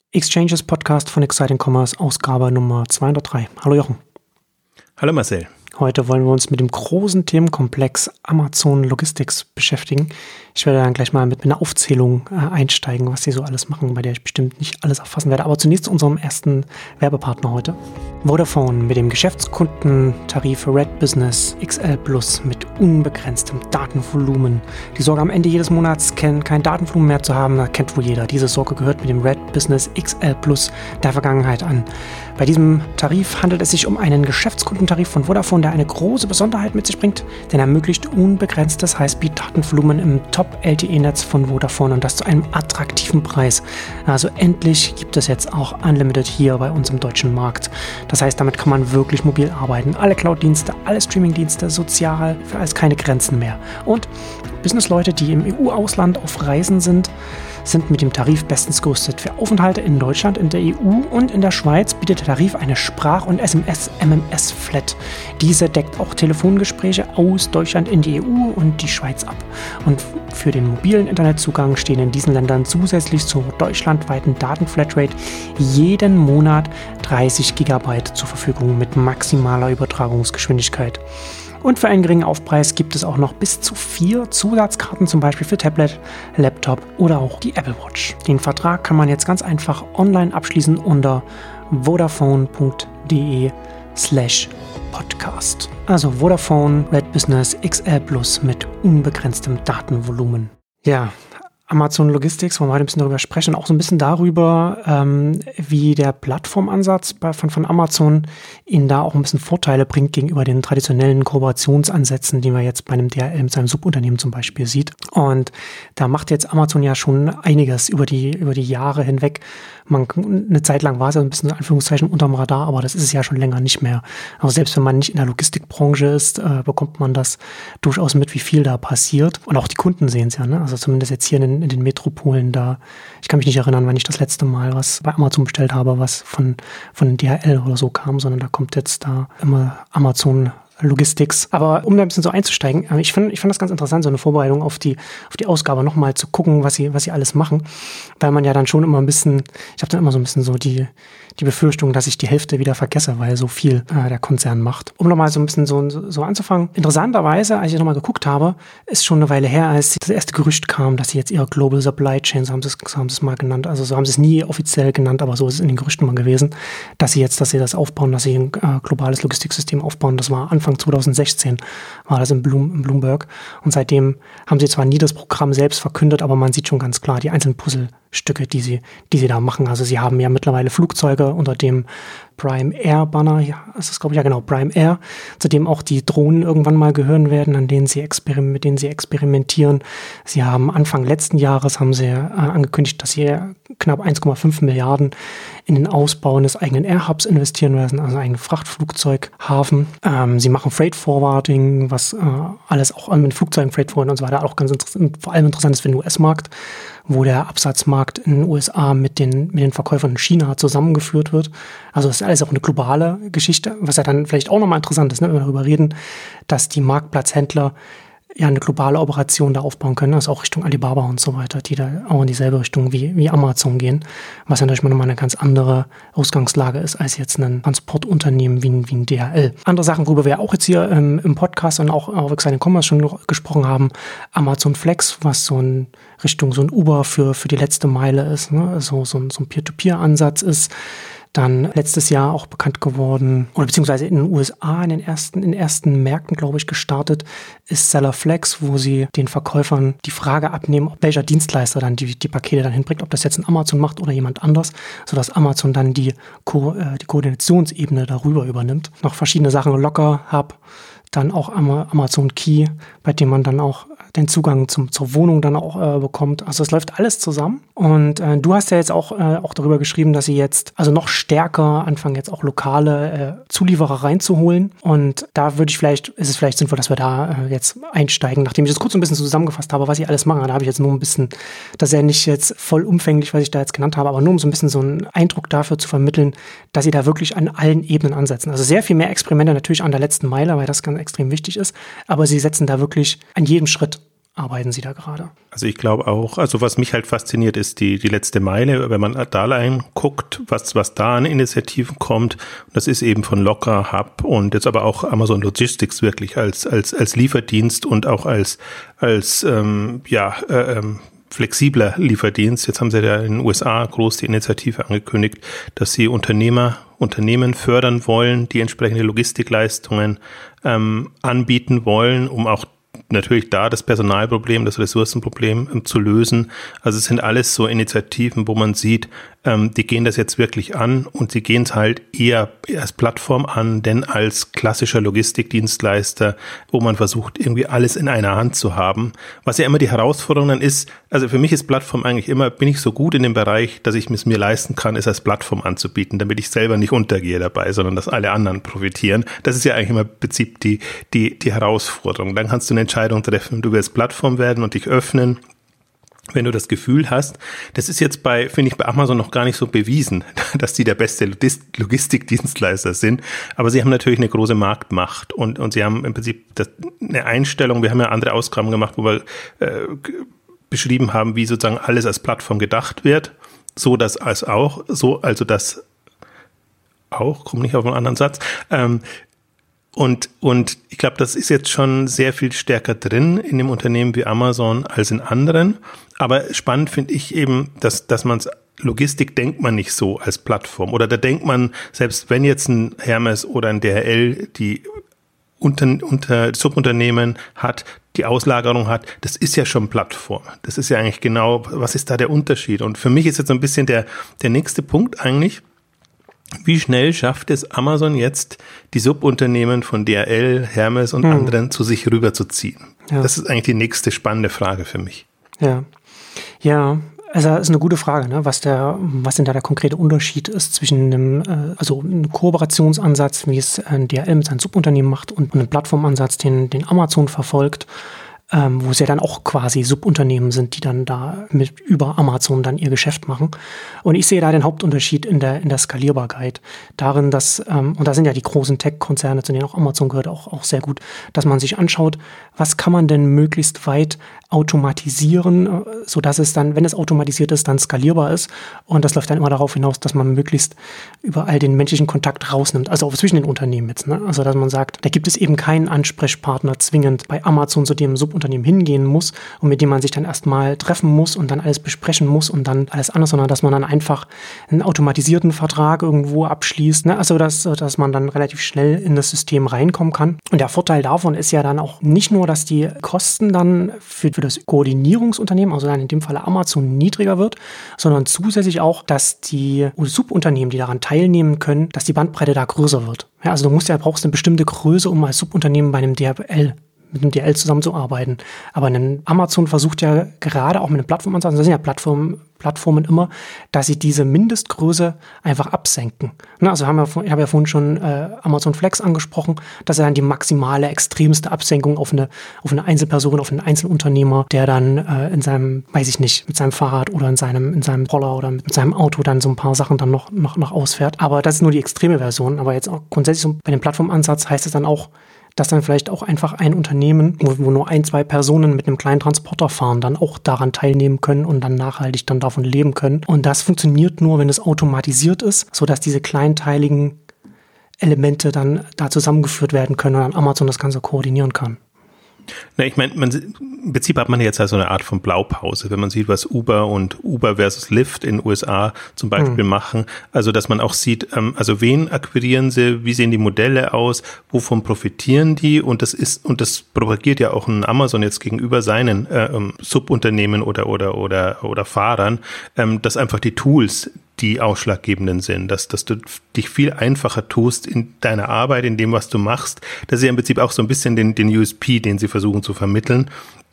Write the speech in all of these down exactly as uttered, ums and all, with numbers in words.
Exchanges Podcast von Exciting Commerce, Ausgabe Nummer zweihundertdrei. Hallo Jochen. Hallo Marcel. Heute wollen wir uns mit dem großen Themenkomplex Amazon Logistics beschäftigen. Ich werde dann gleich mal mit einer Aufzählung äh, einsteigen, was sie so alles machen, bei der ich bestimmt nicht alles erfassen werde. Aber zunächst zu unserem ersten Werbepartner heute. Vodafone mit dem Geschäftskundentarif Red Business X L Plus mit unbegrenztem Datenvolumen. Die Sorge am Ende jedes Monats kein, kein Datenvolumen mehr zu haben, kennt wohl jeder. Diese Sorge gehört mit dem Red Business X L Plus der Vergangenheit an. Bei diesem Tarif handelt es sich um einen Geschäftskundentarif von Vodafone, der eine große Besonderheit mit sich bringt, denn er ermöglicht unbegrenztes Highspeed-Datenvolumen im Top-L T E-Netz von Vodafone und das zu einem attraktiven Preis. Also endlich gibt es jetzt auch Unlimited hier bei uns im deutschen Markt. Das heißt, damit kann man wirklich mobil arbeiten. Alle Cloud-Dienste, alle Streaming-Dienste, sozial, für alles keine Grenzen mehr. Und Businessleute, die im E U-Ausland auf Reisen sind, sind mit dem Tarif bestens gerüstet. Für Aufenthalte in Deutschland, in der E U und in der Schweiz bietet der Tarif eine Sprach- und S M S-M M S-Flat. Diese deckt auch Telefongespräche aus Deutschland in die E U und die Schweiz ab. Und für den mobilen Internetzugang stehen in diesen Ländern zusätzlich zur deutschlandweiten Datenflatrate jeden Monat dreißig Gigabyte zur Verfügung mit maximaler Übertragungsgeschwindigkeit. Und für einen geringen Aufpreis gibt es auch noch bis zu vier Zusatzkarten, zum Beispiel für Tablet, Laptop oder auch die Apple Watch. Den Vertrag kann man jetzt ganz einfach online abschließen unter vodafone.de slash podcast. Also Vodafone Red Business X L Plus mit unbegrenztem Datenvolumen. Ja, Amazon Logistics, wollen wir heute ein bisschen darüber sprechen, auch so ein bisschen darüber, ähm, wie der Plattformansatz bei, von, von Amazon ihnen da auch ein bisschen Vorteile bringt gegenüber den traditionellen Kooperationsansätzen, die man jetzt bei einem D H L mit seinem Subunternehmen zum Beispiel sieht. Und da macht jetzt Amazon ja schon einiges über die, über die Jahre hinweg. Man, eine Zeit lang war es ja ein bisschen in Anführungszeichen unterm Radar, aber das ist es ja schon länger nicht mehr. Aber selbst wenn man nicht in der Logistikbranche ist, äh, bekommt man das durchaus mit, wie viel da passiert. Und auch die Kunden sehen es ja, ne? Also zumindest jetzt hier in den, in den Metropolen da. Ich kann mich nicht erinnern, wann ich das letzte Mal was bei Amazon bestellt habe, was von, von D H L oder so kam, sondern da kommt jetzt da immer Amazon Logistics. Aber um da ein bisschen so einzusteigen, ich fand, ich fand das ganz interessant, so eine Vorbereitung auf die, auf die Ausgabe nochmal zu gucken, was sie, was sie alles machen, weil man ja dann schon immer ein bisschen, ich habe dann immer so ein bisschen so die, die Befürchtung, dass ich die Hälfte wieder vergesse, weil so viel äh, der Konzern macht. Um nochmal so ein bisschen so, so, so anzufangen. Interessanterweise, als ich nochmal geguckt habe, ist schon eine Weile her, als das erste Gerücht kam, dass sie jetzt ihre Global Supply Chain, so haben sie es, so haben sie es mal genannt, also so haben sie es nie offiziell genannt, aber so ist es in den Gerüchten mal gewesen, dass sie jetzt, dass sie das aufbauen, dass sie ein äh, globales Logistiksystem aufbauen. Das war Anfang zwanzig sechzehn, war das in, Bloom, in Bloomberg. Und seitdem haben sie zwar nie das Programm selbst verkündet, aber man sieht schon ganz klar die einzelnen Puzzlestücke, die sie, die sie da machen. Also sie haben ja mittlerweile Flugzeuge unter dem Prime Air Banner, ja, das ist glaube ich ja genau, Prime Air, zu dem auch die Drohnen irgendwann mal gehören werden, an denen sie experim- mit denen sie experimentieren. Sie haben Anfang letzten Jahres haben sie äh, angekündigt, dass sie knapp eins Komma fünf Milliarden in den Ausbau eines eigenen Air Hubs investieren werden, also einen Frachtflugzeughafen. Ähm, sie machen Freight Forwarding, was äh, alles auch mit Flugzeugen, Freight Forwarding und so weiter auch ganz interessant, vor allem interessant ist für den U S-Markt, wo der Absatzmarkt in den U S A mit den, mit den Verkäufern in China zusammengeführt wird. Also das ist alles auch eine globale Geschichte, was ja dann vielleicht auch nochmal interessant ist, ne, wenn wir darüber reden, dass die Marktplatzhändler ja eine globale Operation da aufbauen können, also auch Richtung Alibaba und so weiter, die da auch in dieselbe Richtung wie, wie Amazon gehen, was ja natürlich mal nochmal eine ganz andere Ausgangslage ist, als jetzt ein Transportunternehmen wie, wie ein D H L. Andere Sachen, worüber wir auch jetzt hier ähm, im Podcast und auch auf Exciting Commerce schon gesprochen haben, Amazon Flex, was so in Richtung so ein Uber für, für die letzte Meile ist, ne? Also so ein, so ein Peer-to-Peer-Ansatz ist. Dann letztes Jahr auch bekannt geworden, oder beziehungsweise in den U S A in den ersten, in den ersten Märkten, glaube ich, gestartet, ist Seller Flex, wo sie den Verkäufern die Frage abnehmen, welcher Dienstleister dann die, die Pakete dann hinbringt, ob das jetzt ein Amazon macht oder jemand anders, sodass Amazon dann die, Ko- äh, die Koordinationsebene darüber übernimmt. Noch verschiedene Sachen, Locker Hub, dann auch Amazon Key, bei dem man dann auch den Zugang zum, zur Wohnung dann auch äh, bekommt. Also es läuft alles zusammen. Und äh, du hast ja jetzt auch, äh, auch darüber geschrieben, dass sie jetzt also noch stärker anfangen, jetzt auch lokale äh, Zulieferer reinzuholen. Und da würde ich vielleicht, ist es vielleicht sinnvoll, dass wir da äh, jetzt einsteigen, nachdem ich das kurz ein bisschen zusammengefasst habe, was sie alles machen. Da habe ich jetzt nur ein bisschen, das ist ja nicht jetzt vollumfänglich, was ich da jetzt genannt habe, aber nur um so ein bisschen so einen Eindruck dafür zu vermitteln, dass sie da wirklich an allen Ebenen ansetzen. Also sehr viel mehr Experimente natürlich an der letzten Meile, weil das ganz extrem wichtig ist. Aber sie setzen da wirklich an jedem Schritt arbeiten Sie da gerade? Also ich glaube auch, also was mich halt fasziniert, ist die, die letzte Meile, wenn man da allein guckt, was, was da an Initiativen kommt. Und das ist eben von Locker, Hub und jetzt aber auch Amazon Logistics wirklich als, als, als Lieferdienst und auch als, als, ähm, ja, äh, ähm, flexibler Lieferdienst. Jetzt haben sie ja in den U S A groß die Initiative angekündigt, dass sie Unternehmer, Unternehmen fördern wollen, die entsprechende Logistikleistungen ähm, anbieten wollen, um auch natürlich da das Personalproblem, das Ressourcenproblem ähm, zu lösen. Also es sind alles so Initiativen, wo man sieht, ähm, die gehen das jetzt wirklich an und sie gehen es halt eher als Plattform an, denn als klassischer Logistikdienstleister, wo man versucht, irgendwie alles in einer Hand zu haben. Was ja immer die Herausforderung dann ist, also für mich ist Plattform eigentlich immer, bin ich so gut in dem Bereich, dass ich es mir leisten kann, es als Plattform anzubieten, damit ich selber nicht untergehe dabei, sondern dass alle anderen profitieren. Das ist ja eigentlich immer im Prinzip die, die, die Herausforderung. Dann kannst du eine Entscheidung treffen, du willst Plattform werden und dich öffnen, wenn du das Gefühl hast, das ist jetzt bei, finde ich, bei Amazon noch gar nicht so bewiesen, dass die der beste Logistikdienstleister sind, aber sie haben natürlich eine große Marktmacht und, und sie haben im Prinzip das, eine Einstellung, wir haben ja andere Ausgaben gemacht, wo wir äh, beschrieben haben, wie sozusagen alles als Plattform gedacht wird, so dass als auch, so, also das auch, komme nicht auf einen anderen Satz, ähm, Und, und ich glaube, das ist jetzt schon sehr viel stärker drin in dem Unternehmen wie Amazon als in anderen. Aber spannend finde ich eben, dass, dass man es, Logistik denkt man nicht so als Plattform. Oder da denkt man, selbst wenn jetzt ein Hermes oder ein D H L die unter, unter Subunternehmen hat, die Auslagerung hat, das ist ja schon Plattform. Das ist ja eigentlich genau, was ist da der Unterschied? Und für mich ist jetzt so ein bisschen der, der nächste Punkt eigentlich, wie schnell schafft es Amazon jetzt, die Subunternehmen von D H L, Hermes und hm. anderen zu sich rüberzuziehen? Ja. Das ist eigentlich die nächste spannende Frage für mich. Ja, ja, also das ist eine gute Frage, ne? Was der, was denn da der konkrete Unterschied ist zwischen einem, äh, also einem Kooperationsansatz, wie es ein D H L mit seinen Subunternehmen macht, und einem Plattformansatz, den, den Amazon verfolgt. Ähm, wo es ja dann auch quasi Subunternehmen sind, die dann da mit über Amazon dann ihr Geschäft machen. Und ich sehe da den Hauptunterschied in der in der Skalierbarkeit. Darin, dass, ähm, und da sind ja die großen Tech-Konzerne, zu denen auch Amazon gehört, auch, auch sehr gut, dass man sich anschaut, was kann man denn möglichst weit automatisieren, sodass es dann, wenn es automatisiert ist, dann skalierbar ist. Und das läuft dann immer darauf hinaus, dass man möglichst überall den menschlichen Kontakt rausnimmt, also auch zwischen den Unternehmen jetzt. Ne? Also dass man sagt, da gibt es eben keinen Ansprechpartner zwingend bei Amazon, zu dem Subunternehmen hingehen muss und mit dem man sich dann erstmal treffen muss und dann alles besprechen muss und dann alles anders, sondern dass man dann einfach einen automatisierten Vertrag irgendwo abschließt. Ne? Also dass, dass man dann relativ schnell in das System reinkommen kann. Und der Vorteil davon ist ja dann auch nicht nur, dass die Kosten dann für für das Koordinierungsunternehmen, also dann in dem Falle Amazon, niedriger wird, sondern zusätzlich auch, dass die Subunternehmen, die daran teilnehmen können, dass die Bandbreite da größer wird. Ja, also du musst ja, brauchst eine bestimmte Größe, um als Subunternehmen bei einem D H L mit einem D H L zusammenzuarbeiten. Aber ein Amazon versucht ja gerade auch mit einem Plattformansatz, das sind ja Plattformen, Plattformen immer, dass sie diese Mindestgröße einfach absenken. Ne, also haben wir, ich habe ja vorhin schon äh, Amazon Flex angesprochen, dass er dann die maximale, extremste Absenkung auf eine, auf eine Einzelperson, auf einen Einzelunternehmer, der dann äh, in seinem, weiß ich nicht, mit seinem Fahrrad oder in seinem, in seinem Roller oder mit seinem Auto dann so ein paar Sachen dann noch, noch, noch ausfährt. Aber das ist nur die extreme Version. Aber jetzt auch grundsätzlich so bei dem Plattformansatz heißt es dann auch, dass dann vielleicht auch einfach ein Unternehmen, wo, wo nur ein, zwei Personen mit einem kleinen Transporter fahren, dann auch daran teilnehmen können und dann nachhaltig dann davon leben können. Und das funktioniert nur, wenn es automatisiert ist, sodass diese kleinteiligen Elemente dann da zusammengeführt werden können und dann Amazon das Ganze koordinieren kann. Na, ich meine, man, im Prinzip hat man jetzt also eine Art von Blaupause, wenn man sieht, was Uber und Uber versus Lyft in den U S A zum Beispiel mhm. machen. Also, dass man auch sieht, ähm, also wen akquirieren sie, wie sehen die Modelle aus, wovon profitieren die? Und das ist, und das propagiert ja auch ein Amazon jetzt gegenüber seinen äh, ähm, Subunternehmen oder, oder, oder, oder Fahrern, ähm, dass einfach die Tools die ausschlaggebenden sind, dass, dass du dich viel einfacher tust in deiner Arbeit, in dem, was du machst. Das ist ja im Prinzip auch so ein bisschen den, den U S P, den sie versuchen zu vermitteln.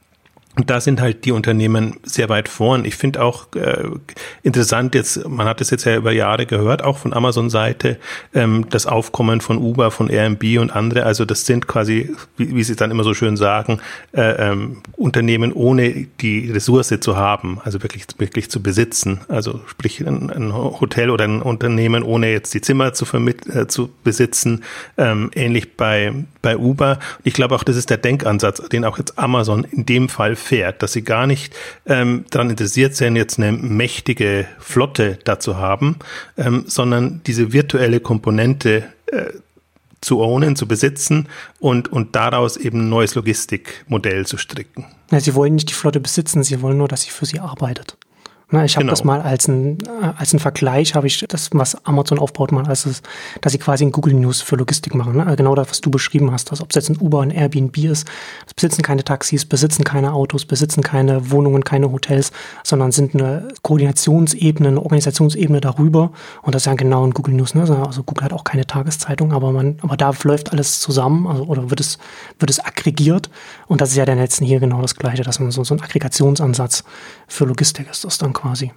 Und da sind halt die Unternehmen sehr weit vorn. Ich finde auch äh, interessant jetzt, man hat es jetzt ja über Jahre gehört, auch von Amazon-Seite, ähm, das Aufkommen von Uber, von Airbnb und andere. Also das sind quasi, wie, wie sie dann immer so schön sagen, äh, ähm, Unternehmen ohne die Ressource zu haben, also wirklich, wirklich zu besitzen. Also sprich ein, ein Hotel oder ein Unternehmen ohne jetzt die Zimmer zu vermit- äh, zu besitzen. Ähm, ähnlich bei bei Uber. Und ich glaube auch, das ist der Denkansatz, den auch jetzt Amazon in dem Fall fährt, dass sie gar nicht ähm, daran interessiert sind, jetzt eine mächtige Flotte dazu haben, ähm, sondern diese virtuelle Komponente äh, zu ownen, zu besitzen und, und daraus eben ein neues Logistikmodell zu stricken. Ja, sie wollen nicht die Flotte besitzen, sie wollen nur, dass sie für sie arbeitet. Na, ich habe genau. das mal als ein, als ein Vergleich, habe ich das, was Amazon aufbaut, mal als es, dass sie quasi ein Google News für Logistik machen. Ne? Genau das, was du beschrieben hast. Also ob es jetzt ein Uber, ein Airbnb ist, besitzen keine Taxis, besitzen keine Autos, besitzen keine Wohnungen, keine Hotels, sondern sind eine Koordinationsebene, eine Organisationsebene darüber. Und das ist ja genau ein Google News. Ne? Also Google hat auch keine Tageszeitung, aber man, aber da läuft alles zusammen, also oder wird es, wird es aggregiert. Und das ist ja dann jetzt hier genau das Gleiche, dass man so, so ein Aggregationsansatz für Logistik ist, das dann quasi.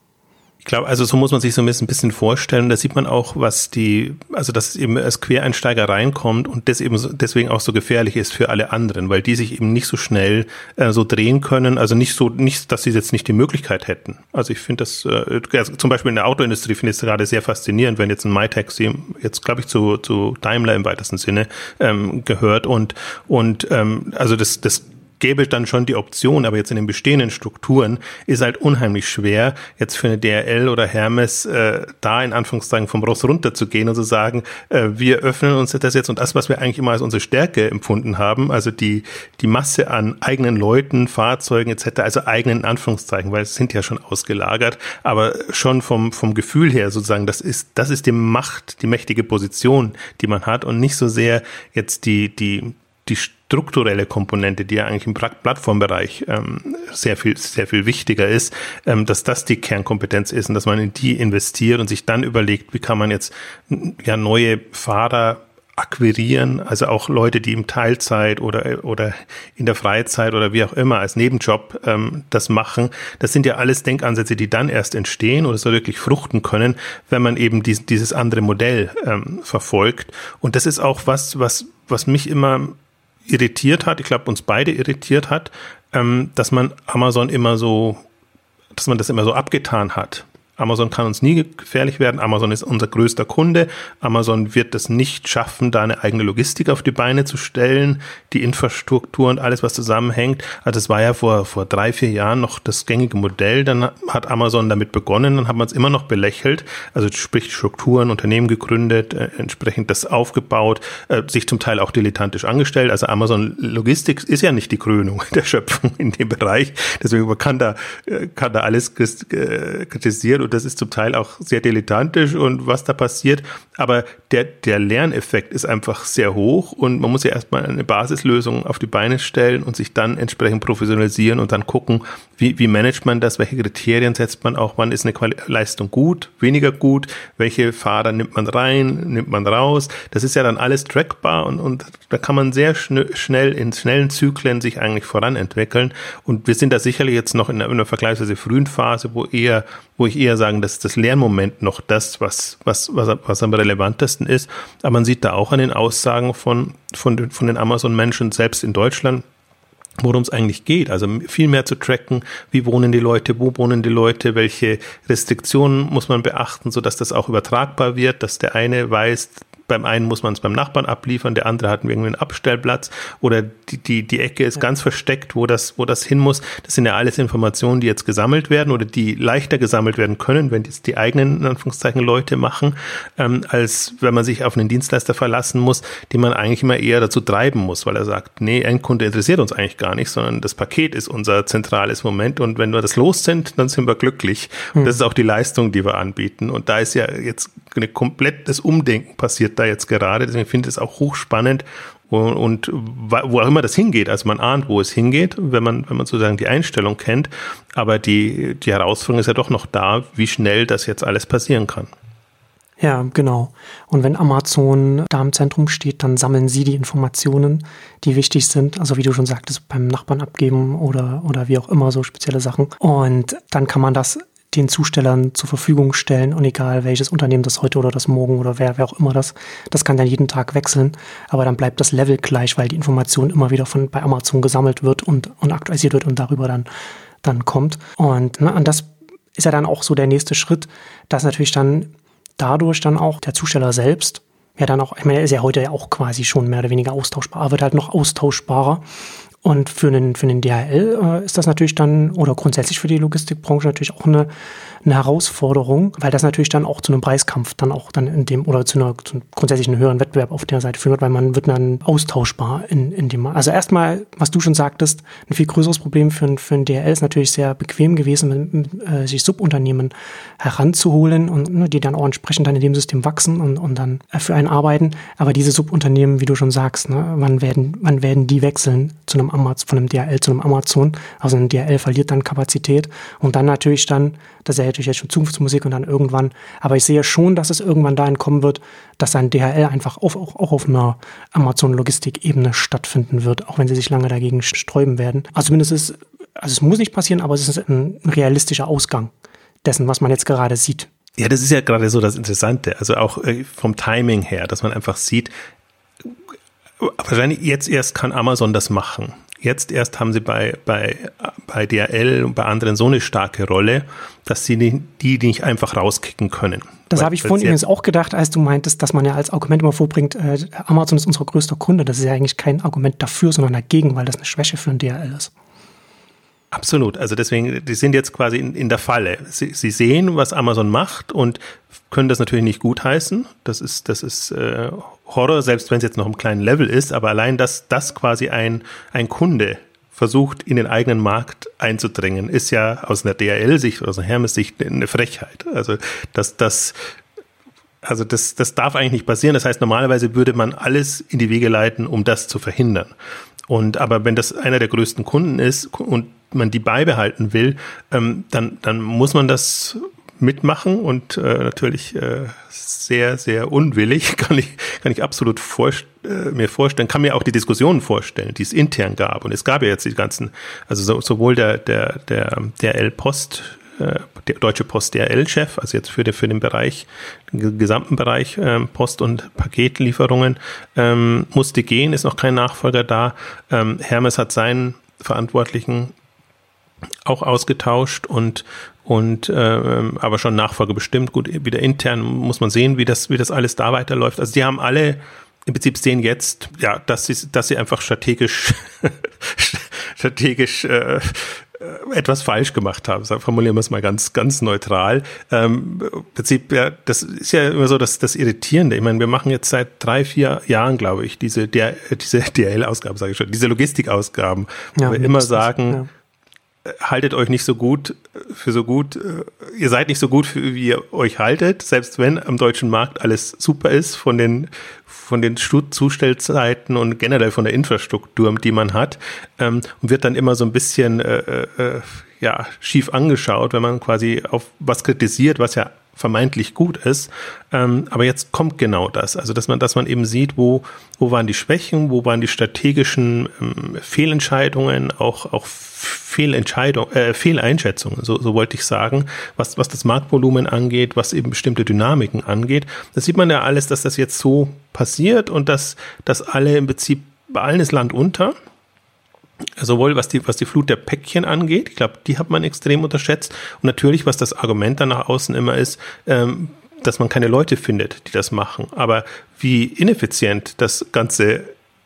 Ich glaube, also so muss man sich so ein bisschen vorstellen. Da sieht man auch, was die, also dass es eben als Quereinsteiger reinkommt und das eben so, deswegen auch so gefährlich ist für alle anderen, weil die sich eben nicht so schnell äh, so drehen können. Also nicht so, nicht, dass sie jetzt nicht die Möglichkeit hätten. Also ich finde das, äh, also zum Beispiel in der Autoindustrie finde ich es gerade sehr faszinierend, wenn jetzt ein MyTaxi jetzt, glaube ich, zu, zu Daimler im weitesten Sinne ähm, gehört und und ähm, also das das gäbe dann schon die Option, aber jetzt in den bestehenden Strukturen ist halt unheimlich schwer, jetzt für eine D H L oder Hermes äh, da in Anführungszeichen vom Ross runterzugehen und zu sagen, äh, wir öffnen uns das jetzt und das, was wir eigentlich immer als unsere Stärke empfunden haben, also die die Masse an eigenen Leuten, Fahrzeugen et cetera, also eigenen in Anführungszeichen, weil es sind ja schon ausgelagert, aber schon vom vom Gefühl her sozusagen, das ist das ist die Macht, die mächtige Position, die man hat und nicht so sehr jetzt die die die strukturelle Komponente, die ja eigentlich im Plattformbereich ähm, sehr viel, sehr viel wichtiger ist, ähm, dass das die Kernkompetenz ist und dass man in die investiert und sich dann überlegt, wie kann man jetzt ja neue Fahrer akquirieren, also auch Leute, die im Teilzeit oder oder in der Freizeit oder wie auch immer als Nebenjob ähm, das machen. Das sind ja alles Denkansätze, die dann erst entstehen oder so wirklich fruchten können, wenn man eben dies, dieses andere Modell ähm, verfolgt. Und das ist auch was, was was mich immer irritiert hat, ich glaube uns beide irritiert hat, ähm, dass man Amazon immer so, dass man das immer so abgetan hat. Amazon kann uns nie gefährlich werden. Amazon ist unser größter Kunde. Amazon wird es nicht schaffen, da eine eigene Logistik auf die Beine zu stellen, die Infrastruktur und alles, was zusammenhängt. Also das war ja vor, vor drei, vier Jahren noch das gängige Modell. Dann hat Amazon damit begonnen, dann hat man es immer noch belächelt. Also sprich Strukturen, Unternehmen gegründet, äh, entsprechend das aufgebaut, äh, sich zum Teil auch dilettantisch angestellt. Also Amazon Logistik ist ja nicht die Krönung der Schöpfung in dem Bereich. Deswegen man kann da, kann da alles kritisieren. Und das ist zum Teil auch sehr dilettantisch und was da passiert. Aber der, der Lerneffekt ist einfach sehr hoch und man muss ja erstmal eine Basislösung auf die Beine stellen und sich dann entsprechend professionalisieren und dann gucken, wie, wie managt man das, welche Kriterien setzt man auch, wann ist eine Quali- Leistung gut, weniger gut, welche Fahrer nimmt man rein, nimmt man raus. Das ist ja dann alles trackbar und, und da kann man sehr schn- schnell in schnellen Zyklen sich eigentlich voranentwickeln. Und wir sind da sicherlich jetzt noch in einer, in einer vergleichsweise frühen Phase, wo eher, wo ich eher sagen, dass das Lernmoment noch das, was, was, was, was am relevantesten ist. Aber man sieht da auch an den Aussagen von, von, den, von den Amazon-Menschen selbst in Deutschland, worum es eigentlich geht. Also viel mehr zu tracken, wie wohnen die Leute, wo wohnen die Leute, welche Restriktionen muss man beachten, sodass das auch übertragbar wird, dass der eine weiß, beim einen muss man es beim Nachbarn abliefern, der andere hat irgendwie einen Abstellplatz oder die, die, die Ecke ist ganz versteckt, wo das, wo das hin muss. Das sind ja alles Informationen, die jetzt gesammelt werden oder die leichter gesammelt werden können, wenn jetzt die eigenen, in Anführungszeichen, Leute machen, ähm, als wenn man sich auf einen Dienstleister verlassen muss, den man eigentlich immer eher dazu treiben muss, weil er sagt, nee, Endkunde interessiert uns eigentlich gar nicht, sondern das Paket ist unser zentrales Moment und wenn wir das los sind, dann sind wir glücklich. Und das ist auch die Leistung, die wir anbieten. Und da ist ja jetzt ein komplettes Umdenken passiert da jetzt gerade. Deswegen finde ich es auch hochspannend und, und wo auch immer das hingeht. Also man ahnt, wo es hingeht, wenn man, wenn man sozusagen die Einstellung kennt. Aber die, die Herausforderung ist ja doch noch da, wie schnell das jetzt alles passieren kann. Ja, genau. Und wenn Amazon da im Zentrum steht, dann sammeln sie die Informationen, die wichtig sind. Also wie du schon sagtest, beim Nachbarn abgeben oder, oder wie auch immer, so spezielle Sachen. Und dann kann man das den Zustellern zur Verfügung stellen und egal welches Unternehmen das heute oder das morgen oder wer, wer auch immer das, das kann dann jeden Tag wechseln, aber dann bleibt das Level gleich, weil die Information immer wieder von bei Amazon gesammelt wird und, und aktualisiert wird und darüber dann, dann kommt. Und, ne, und das ist ja dann auch so der nächste Schritt, dass natürlich dann dadurch dann auch der Zusteller selbst, ja dann auch, ich meine, er ist ja heute ja auch quasi schon mehr oder weniger austauschbar, aber wird halt noch austauschbarer Und für einen, für einen D H L äh, ist das natürlich dann, oder grundsätzlich für die Logistikbranche natürlich auch eine, eine Herausforderung, weil das natürlich dann auch zu einem Preiskampf dann auch dann in dem, oder zu einer zu einem grundsätzlich einen höheren Wettbewerb auf der Seite führen wird, weil man wird dann austauschbar in, in dem, also erstmal, was du schon sagtest, ein viel größeres Problem für, für einen D H L ist natürlich sehr bequem gewesen, mit, mit, äh, sich Subunternehmen heranzuholen und ne, die dann auch entsprechend dann in dem System wachsen und, und dann äh, für einen arbeiten, aber diese Subunternehmen, wie du schon sagst, ne, wann werden, wann werden die wechseln zu einem Amazon, von einem D H L zu einem Amazon, also ein D H L verliert dann Kapazität und dann natürlich dann, das ist ja natürlich jetzt schon Zukunftsmusik und dann irgendwann, aber ich sehe schon, dass es irgendwann dahin kommen wird, dass ein D H L einfach auf, auch, auch auf einer Amazon-Logistik-Ebene stattfinden wird, auch wenn sie sich lange dagegen sträuben werden. Also zumindest ist, also es muss nicht passieren, aber es ist ein, ein realistischer Ausgang dessen, was man jetzt gerade sieht. Ja, das ist ja gerade so das Interessante, also auch vom Timing her, dass man einfach sieht, wahrscheinlich jetzt erst kann Amazon das machen. Jetzt erst haben sie bei, bei, bei D H L und bei anderen so eine starke Rolle, dass sie die, die nicht einfach rauskicken können. Das habe ich vorhin übrigens auch gedacht, als du meintest, dass man ja als Argument immer vorbringt, äh, Amazon ist unser größter Kunde. Das ist ja eigentlich kein Argument dafür, sondern dagegen, weil das eine Schwäche für ein D H L ist. Absolut. Also deswegen, die sind jetzt quasi in, in der Falle. Sie, sie sehen, was Amazon macht und können das natürlich nicht gutheißen. Das ist, das ist äh, Horror, selbst wenn es jetzt noch im kleinen Level ist. Aber allein, dass das quasi ein, ein Kunde versucht, in den eigenen Markt einzudringen, ist ja aus einer D H L-Sicht oder aus einer Hermes-Sicht eine Frechheit. Also das, das, also das, das darf eigentlich nicht passieren. Das heißt, normalerweise würde man alles in die Wege leiten, um das zu verhindern. Und aber wenn das einer der größten Kunden ist und man die beibehalten will, ähm, dann, dann muss man das mitmachen und äh, natürlich äh, sehr, sehr unwillig, kann ich, kann ich absolut vorst- äh, mir vorstellen, kann mir auch die Diskussionen vorstellen, die es intern gab. Und es gab ja jetzt die ganzen, also so, sowohl der, der, der D H L-Post, äh, der Deutsche Post D H L-Chef, also jetzt für, den für den Bereich, den gesamten Bereich ähm, Post- und Paketlieferungen, ähm, musste gehen, ist noch kein Nachfolger da. Ähm, Hermes hat seinen Verantwortlichen auch ausgetauscht und und äh, aber schon Nachfolge bestimmt. Gut, wieder intern muss man sehen, wie das wie das alles da weiterläuft. Also die haben alle im Prinzip sehen jetzt, ja, dass sie dass sie einfach strategisch strategisch äh, etwas falsch gemacht haben. Formulieren wir es mal ganz ganz neutral. Ähm, Im Prinzip, ja, das ist ja immer so das das Irritierende. Ich meine, wir machen jetzt seit drei vier Jahren, glaube ich, diese der diese D H L-Ausgaben, sage ich schon, diese Logistikausgaben, wo ja, wir immer sagen. Ja. Haltet euch nicht so gut für so gut, ihr seid nicht so gut, für, wie ihr euch haltet, selbst wenn am deutschen Markt alles super ist von den von den Zustellzeiten und generell von der Infrastruktur, die man hat, ähm, und wird dann immer so ein bisschen äh, äh, ja schief angeschaut, wenn man quasi auf was kritisiert, was ja vermeintlich gut ist. Ähm, aber jetzt kommt genau das. Also, dass man, dass man eben sieht, wo, wo waren die Schwächen, wo waren die strategischen ähm, Fehlentscheidungen, auch, auch Fehlentscheidungen, äh, Fehleinschätzungen, so, so wollte ich sagen, was, was das Marktvolumen angeht, was eben bestimmte Dynamiken angeht. Das sieht man ja alles, dass das jetzt so passiert und dass, dass alle im Prinzip, bei allen ist Land unter. Sowohl was die, was die Flut der Päckchen angeht, ich glaube, die hat man extrem unterschätzt. Und natürlich, was das Argument dann nach außen immer ist, ähm, dass man keine Leute findet, die das machen. Aber wie ineffizient das Ganze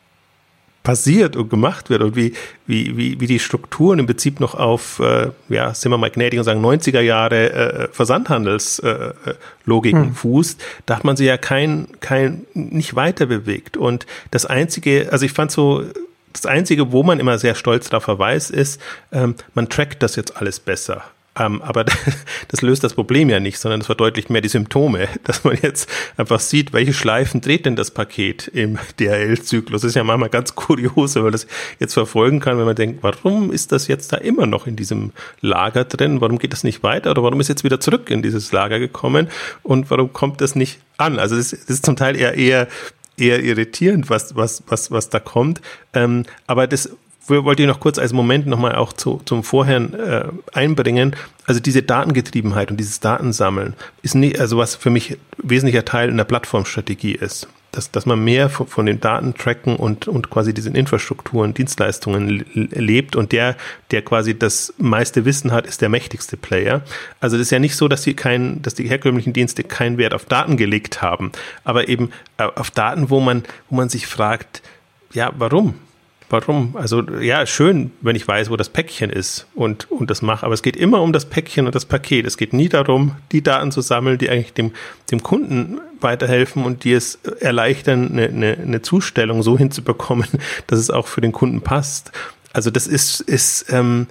passiert und gemacht wird und wie, wie, wie, wie die Strukturen im Prinzip noch auf, äh, ja, sind wir mal gnädig und sagen, neunziger Jahre äh, Versandhandelslogiken äh, hm. fußt, da hat man sich ja kein, kein, nicht weiter bewegt. Und das Einzige, also ich fand so, das Einzige, wo man immer sehr stolz darauf verweist, ist, ähm, man trackt das jetzt alles besser. Ähm, aber das löst das Problem ja nicht, sondern es verdeutlicht mehr die Symptome, dass man jetzt einfach sieht, welche Schleifen dreht denn das Paket im D H L-Zyklus. Das ist ja manchmal ganz kurios, wenn man das jetzt verfolgen kann, wenn man denkt, warum ist das jetzt da immer noch in diesem Lager drin? Warum geht das nicht weiter? Oder warum ist jetzt wieder zurück in dieses Lager gekommen? Und warum kommt das nicht an? Also das, das ist zum Teil eher eher eher irritierend, was, was, was, was da kommt. Ähm, aber das wollte ich noch kurz als Moment nochmal auch zu, zum Vorherrn äh, einbringen. Also diese Datengetriebenheit und dieses Datensammeln ist nicht, also was für mich wesentlicher Teil in der Plattformstrategie ist. Dass, dass man mehr von, von den Daten tracken und, und quasi diesen Infrastrukturen, Dienstleistungen lebt und der, der quasi das meiste Wissen hat, ist der mächtigste Player. Also das ist ja nicht so, dass die kein, dass die herkömmlichen Dienste keinen Wert auf Daten gelegt haben, aber eben auf Daten, wo man, wo man sich fragt, ja, warum? Warum? Also ja, schön, wenn ich weiß, wo das Päckchen ist und, und das mache, aber es geht immer um das Päckchen und das Paket. Es geht nie darum, die Daten zu sammeln, die eigentlich dem, dem Kunden weiterhelfen und die es erleichtern, eine, eine, eine Zustellung so hinzubekommen, dass es auch für den Kunden passt. Also das ist, ist, ähm,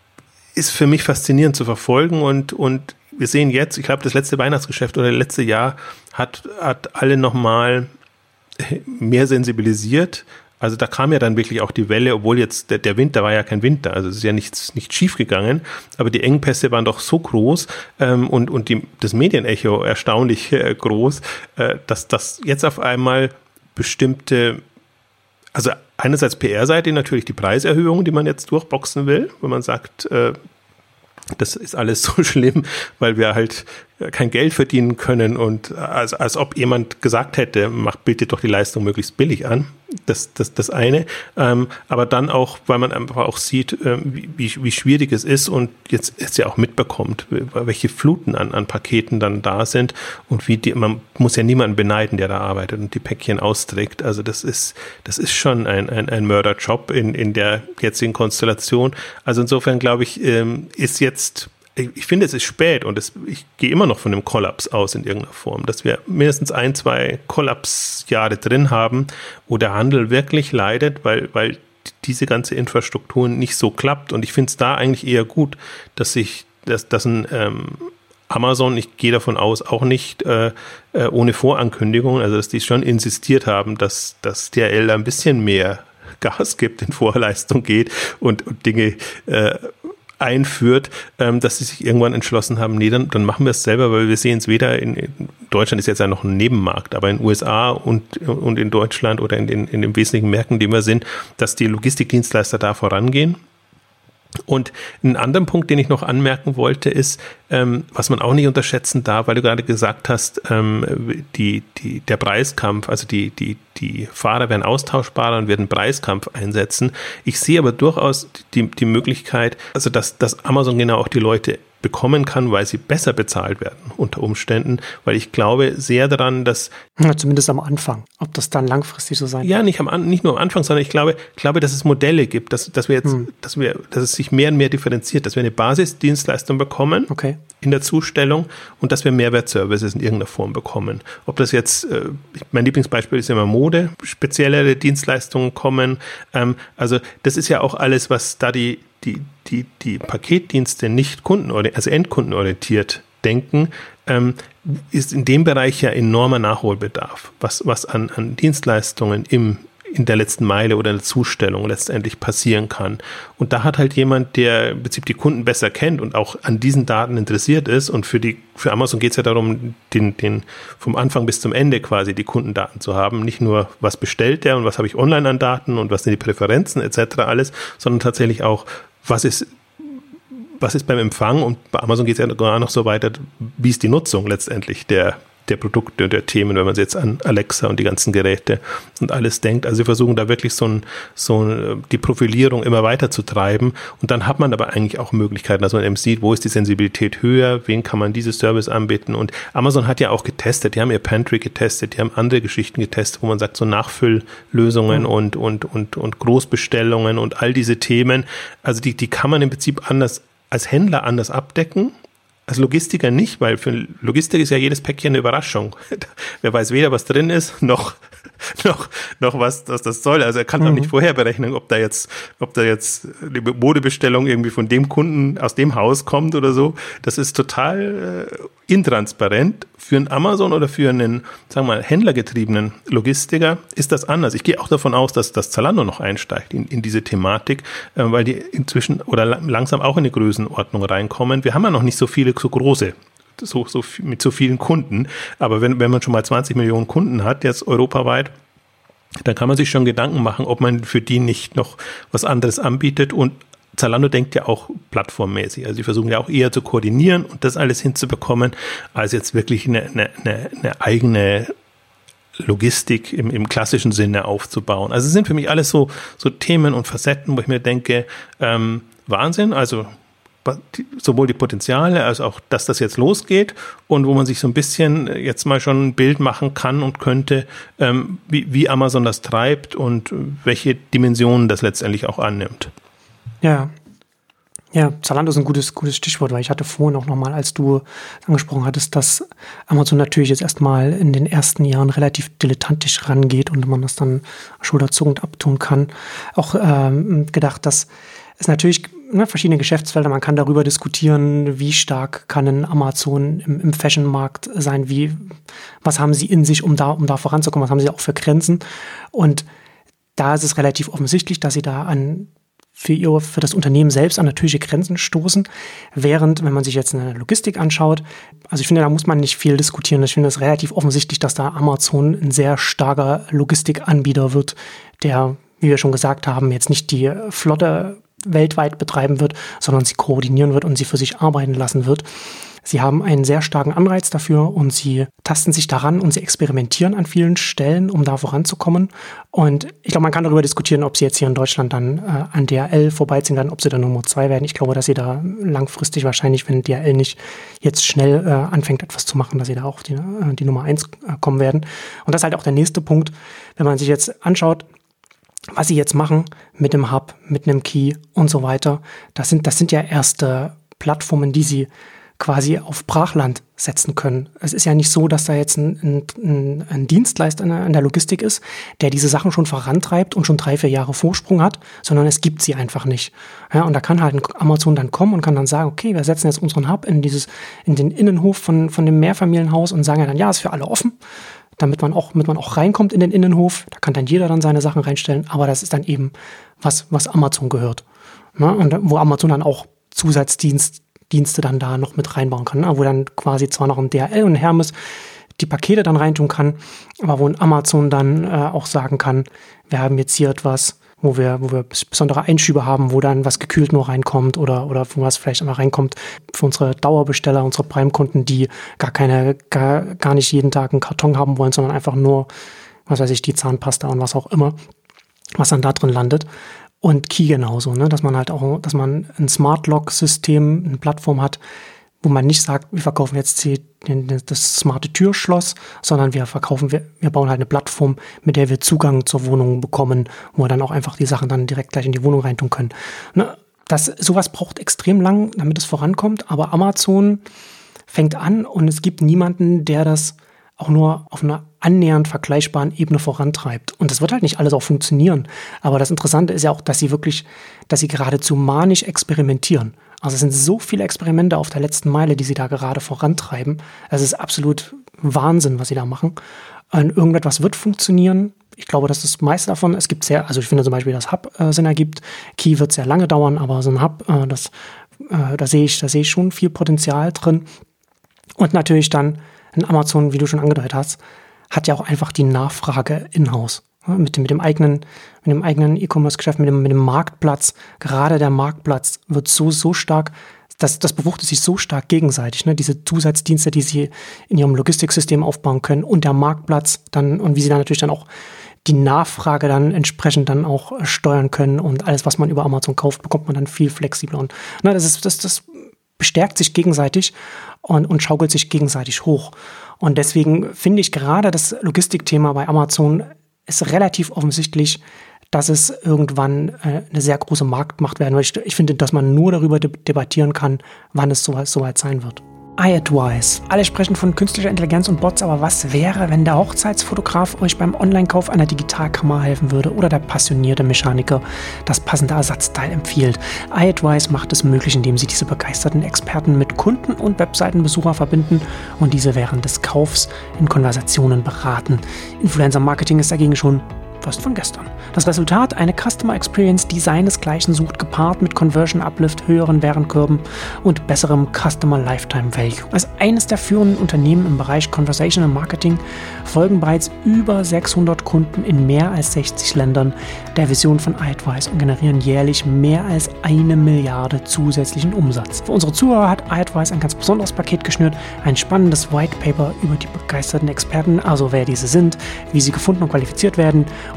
ist für mich faszinierend zu verfolgen und, und wir sehen jetzt, ich glaube, das letzte Weihnachtsgeschäft oder das letzte Jahr hat, hat alle nochmal mehr sensibilisiert. Also da kam ja dann wirklich auch die Welle, obwohl jetzt der, der Winter war ja kein Winter, also es ist ja nichts nicht schief gegangen, aber die Engpässe waren doch so groß ähm, und, und die, das Medienecho erstaunlich äh, groß, äh, dass das jetzt auf einmal bestimmte, also einerseits P R-Seite natürlich die Preiserhöhung, die man jetzt durchboxen will, wenn man sagt, äh, das ist alles so schlimm, weil wir halt kein Geld verdienen können und als, als ob jemand gesagt hätte, macht bitte doch die Leistung möglichst billig an. Das das das eine. Ähm, aber dann auch, weil man einfach auch sieht, ähm, wie, wie schwierig es ist und jetzt jetzt ja auch mitbekommt, welche Fluten an, an Paketen dann da sind und wie die, man muss ja niemanden beneiden, der da arbeitet und die Päckchen austrägt. Also das ist das ist schon ein, ein, ein Mörderjob in, in der jetzigen Konstellation. Also insofern glaube ich, ähm, ist jetzt Ich finde, es ist spät und es, ich gehe immer noch von einem Kollaps aus in irgendeiner Form, dass wir mindestens ein, zwei Kollapsjahre drin haben, wo der Handel wirklich leidet, weil, weil diese ganze Infrastruktur nicht so klappt. Und ich finde es da eigentlich eher gut, dass sich, dass, dass ein ähm, Amazon, ich gehe davon aus, auch nicht äh, äh, ohne Vorankündigung, also dass die schon insistiert haben, dass, dass D H L da ein bisschen mehr Gas gibt, in Vorleistung geht und, und Dinge äh, einführt, ähm, dass sie sich irgendwann entschlossen haben, nee, dann, dann machen wir es selber, weil wir sehen es weder in, in Deutschland ist jetzt ja noch ein Nebenmarkt, aber in den U S A und, und in Deutschland oder in den, in den wesentlichen Märkten, in denen wir sind, dass die Logistikdienstleister da vorangehen. Und einen anderen Punkt, den ich noch anmerken wollte, ist, ähm, was man auch nicht unterschätzen darf, weil du gerade gesagt hast, ähm, die, die, der Preiskampf, also die, die, die Fahrer werden austauschbarer und werden Preiskampf einsetzen. Ich sehe aber durchaus die, die Möglichkeit, also dass, dass Amazon genau auch die Leute bekommen kann, weil sie besser bezahlt werden unter Umständen, weil ich glaube sehr daran, dass ja, zumindest am Anfang, ob das dann langfristig so sein ja nicht am nicht nur am Anfang, sondern ich glaube, glaube, dass es Modelle gibt, dass dass wir jetzt, hm. dass wir, dass es sich mehr und mehr differenziert, dass wir eine Basisdienstleistung bekommen okay. in der Zustellung und dass wir Mehrwertservices in irgendeiner Form bekommen. Ob das jetzt äh, mein Lieblingsbeispiel ist immer Mode, speziellere Dienstleistungen kommen. Ähm, also das ist ja auch alles, was da die die die die Paketdienste nicht kunden also endkundenorientiert denken, ähm, ist in dem Bereich ja enormer Nachholbedarf, was was an an Dienstleistungen im in der letzten Meile oder in der Zustellung letztendlich passieren kann. Und da hat halt jemand, der im Prinzip die Kunden besser kennt und auch an diesen Daten interessiert ist und für die für Amazon geht es ja darum, den, den vom Anfang bis zum Ende quasi die Kundendaten zu haben. Nicht nur, was bestellt der und was habe ich online an Daten und was sind die Präferenzen et cetera alles, sondern tatsächlich auch, was ist was ist beim Empfang und bei Amazon geht es ja gar noch so weiter, wie ist die Nutzung letztendlich der der Produkte und der Themen, wenn man jetzt an Alexa und die ganzen Geräte und alles denkt. Also wir versuchen da wirklich so, ein, so ein, die Profilierung immer weiter zu treiben und dann hat man aber eigentlich auch Möglichkeiten, dass man eben sieht, wo ist die Sensibilität höher, wen kann man dieses Service anbieten und Amazon hat ja auch getestet, die haben ihr Pantry getestet, die haben andere Geschichten getestet, wo man sagt, so Nachfülllösungen mhm. und, und, und, und Großbestellungen und all diese Themen, also die, die kann man im Prinzip anders, als Händler anders abdecken. Als Logistiker nicht, weil für Logistik ist ja jedes Päckchen eine Überraschung. Wer weiß weder, was drin ist, noch, noch, noch was, was das soll. Also er kann mhm. auch nicht vorher berechnen, ob da jetzt, ob da jetzt die Modebestellung irgendwie von dem Kunden aus dem Haus kommt oder so. Das ist total äh, intransparent. Für einen Amazon oder für einen, sagen wir mal, händlergetriebenen Logistiker ist das anders. Ich gehe auch davon aus, dass das Zalando noch einsteigt in, in diese Thematik, äh, weil die inzwischen oder langsam auch in eine Größenordnung reinkommen. Wir haben ja noch nicht so viele so große, so, so mit so vielen Kunden. Aber wenn, wenn man schon mal zwanzig Millionen Kunden hat, jetzt europaweit, dann kann man sich schon Gedanken machen, ob man für die nicht noch was anderes anbietet. Und Zalando denkt ja auch plattformmäßig. Also sie versuchen ja auch eher zu koordinieren und das alles hinzubekommen, als jetzt wirklich eine, eine, eine eigene Logistik im, im klassischen Sinne aufzubauen. Also es sind für mich alles so, so Themen und Facetten, wo ich mir denke, ähm, Wahnsinn, also sowohl die Potenziale als auch, dass das jetzt losgeht und wo man sich so ein bisschen jetzt mal schon ein Bild machen kann und könnte, ähm, wie, wie Amazon das treibt und welche Dimensionen das letztendlich auch annimmt. Ja. Ja, Zalando ist ein gutes, gutes Stichwort, weil ich hatte vorhin auch nochmal, als du angesprochen hattest, dass Amazon natürlich jetzt erstmal in den ersten Jahren relativ dilettantisch rangeht und man das dann schulterzuckend abtun kann. Auch ähm, gedacht, dass es natürlich ne, verschiedene Geschäftsfelder, man kann darüber diskutieren, wie stark kann ein Amazon im, im Fashion-Markt sein, wie, was haben sie in sich, um da, um da voranzukommen, was haben sie auch für Grenzen. Und da ist es relativ offensichtlich, dass sie da an für ihr, für das Unternehmen selbst an natürliche Grenzen stoßen, während, wenn man sich jetzt eine Logistik anschaut, also ich finde, da muss man nicht viel diskutieren. Ich finde es relativ offensichtlich, dass da Amazon ein sehr starker Logistikanbieter wird, der, wie wir schon gesagt haben, jetzt nicht die Flotte weltweit betreiben wird, sondern sie koordinieren wird und sie für sich arbeiten lassen wird. Sie haben einen sehr starken Anreiz dafür und sie tasten sich daran und sie experimentieren an vielen Stellen, um da voranzukommen. Und ich glaube, man kann darüber diskutieren, ob sie jetzt hier in Deutschland dann äh, an D H L vorbeiziehen werden, ob sie dann Nummer zwei werden. Ich glaube, dass sie da langfristig wahrscheinlich, wenn D H L nicht jetzt schnell äh, anfängt, etwas zu machen, dass sie da auch die, äh, die Nummer eins äh, kommen werden. Und das ist halt auch der nächste Punkt, wenn man sich jetzt anschaut, was sie jetzt machen mit dem Hub, mit einem Key und so weiter. Das sind, das sind ja erste Plattformen, die sie quasi auf Brachland setzen können. Es ist ja nicht so, dass da jetzt ein, ein, ein Dienstleister an der Logistik ist, der diese Sachen schon vorantreibt und schon drei, vier Jahre Vorsprung hat, sondern es gibt sie einfach nicht. Ja, und da kann halt ein Amazon dann kommen und kann dann sagen, okay, wir setzen jetzt unseren Hub in dieses, in den Innenhof von, von dem Mehrfamilienhaus und sagen ja dann, ja, ist für alle offen, damit man auch, damit man auch reinkommt in den Innenhof. Da kann dann jeder dann seine Sachen reinstellen, aber das ist dann eben was, was Amazon gehört. Ne? Und wo Amazon dann auch Zusatzdienst Dienste dann da noch mit reinbauen kann, ne? Wo dann quasi zwar noch ein D H L und ein Hermes die Pakete dann reintun kann, aber wo ein Amazon dann äh, auch sagen kann, wir haben jetzt hier etwas, wo wir, wo wir besondere Einschübe haben, wo dann was gekühlt nur reinkommt oder, oder wo was vielleicht immer reinkommt für unsere Dauerbesteller, unsere Prime-Kunden, die gar keine, gar, gar nicht jeden Tag einen Karton haben wollen, sondern einfach nur, was weiß ich, die Zahnpasta und was auch immer, was dann da drin landet. Und Key genauso, ne? Dass man halt auch, dass man ein Smart Lock-System, eine Plattform hat, wo man nicht sagt, wir verkaufen jetzt die, die, das smarte Türschloss, sondern wir verkaufen, wir, wir bauen halt eine Plattform, mit der wir Zugang zur Wohnung bekommen, wo wir dann auch einfach die Sachen dann direkt gleich in die Wohnung reintun können. Ne? Das, sowas braucht extrem lang, damit es vorankommt, aber Amazon fängt an und es gibt niemanden, der das auch nur auf einer annähernd vergleichbaren Ebene vorantreibt. Und das wird halt nicht alles auch funktionieren. Aber das Interessante ist ja auch, dass sie wirklich, dass sie geradezu manisch experimentieren. Also es sind so viele Experimente auf der letzten Meile, die sie da gerade vorantreiben. Es ist absolut Wahnsinn, was sie da machen. Und irgendetwas wird funktionieren. Ich glaube, dass das meiste davon, es gibt sehr, also ich finde zum Beispiel, dass Hub äh, Sinn ergibt. Key wird sehr lange dauern, aber so ein Hub, äh, das, äh, da sehe ich, da sehe ich schon viel Potenzial drin. Und natürlich dann ein Amazon, wie du schon angedeutet hast, hat ja auch einfach die Nachfrage in-house. Ja, mit dem, mit dem eigenen, mit dem eigenen E-Commerce-Geschäft, mit dem, mit dem Marktplatz. Gerade der Marktplatz wird so, so stark, das, das befruchtet sich so stark gegenseitig. Ne? Diese Zusatzdienste, die sie in ihrem Logistiksystem aufbauen können und der Marktplatz dann, und wie sie dann natürlich dann auch die Nachfrage dann entsprechend dann auch steuern können und alles, was man über Amazon kauft, bekommt man dann viel flexibler. Und ne, das ist, das, das bestärkt sich gegenseitig und, und schaukelt sich gegenseitig hoch. Und deswegen finde ich gerade das Logistikthema bei Amazon ist relativ offensichtlich, dass es irgendwann äh, eine sehr große Marktmacht werden wird. Ich, ich finde, dass man nur darüber de- debattieren kann, wann es soweit so sein wird. iAdvice. Alle sprechen von künstlicher Intelligenz und Bots, aber was wäre, wenn der Hochzeitsfotograf euch beim Online-Kauf einer Digitalkamera helfen würde oder der passionierte Mechaniker das passende Ersatzteil empfiehlt? iAdvice macht es möglich, indem sie diese begeisterten Experten mit Kunden und Webseitenbesucher verbinden und diese während des Kaufs in Konversationen beraten. Influencer-Marketing ist dagegen schon fast von gestern. Das Resultat, eine Customer Experience, die seinesgleichen sucht, gepaart mit Conversion Uplift, höheren Warenkorben und besserem Customer Lifetime Value. Als eines der führenden Unternehmen im Bereich Conversational Marketing folgen bereits über sechshundert Kunden in mehr als sechzig Ländern der Vision von iAdvice und generieren jährlich mehr als eine Milliarde zusätzlichen Umsatz. Für unsere Zuhörer hat iAdvice ein ganz besonderes Paket geschnürt, ein spannendes White Paper über die begeisterten Experten, also wer diese sind, wie sie gefunden und qualifiziert werden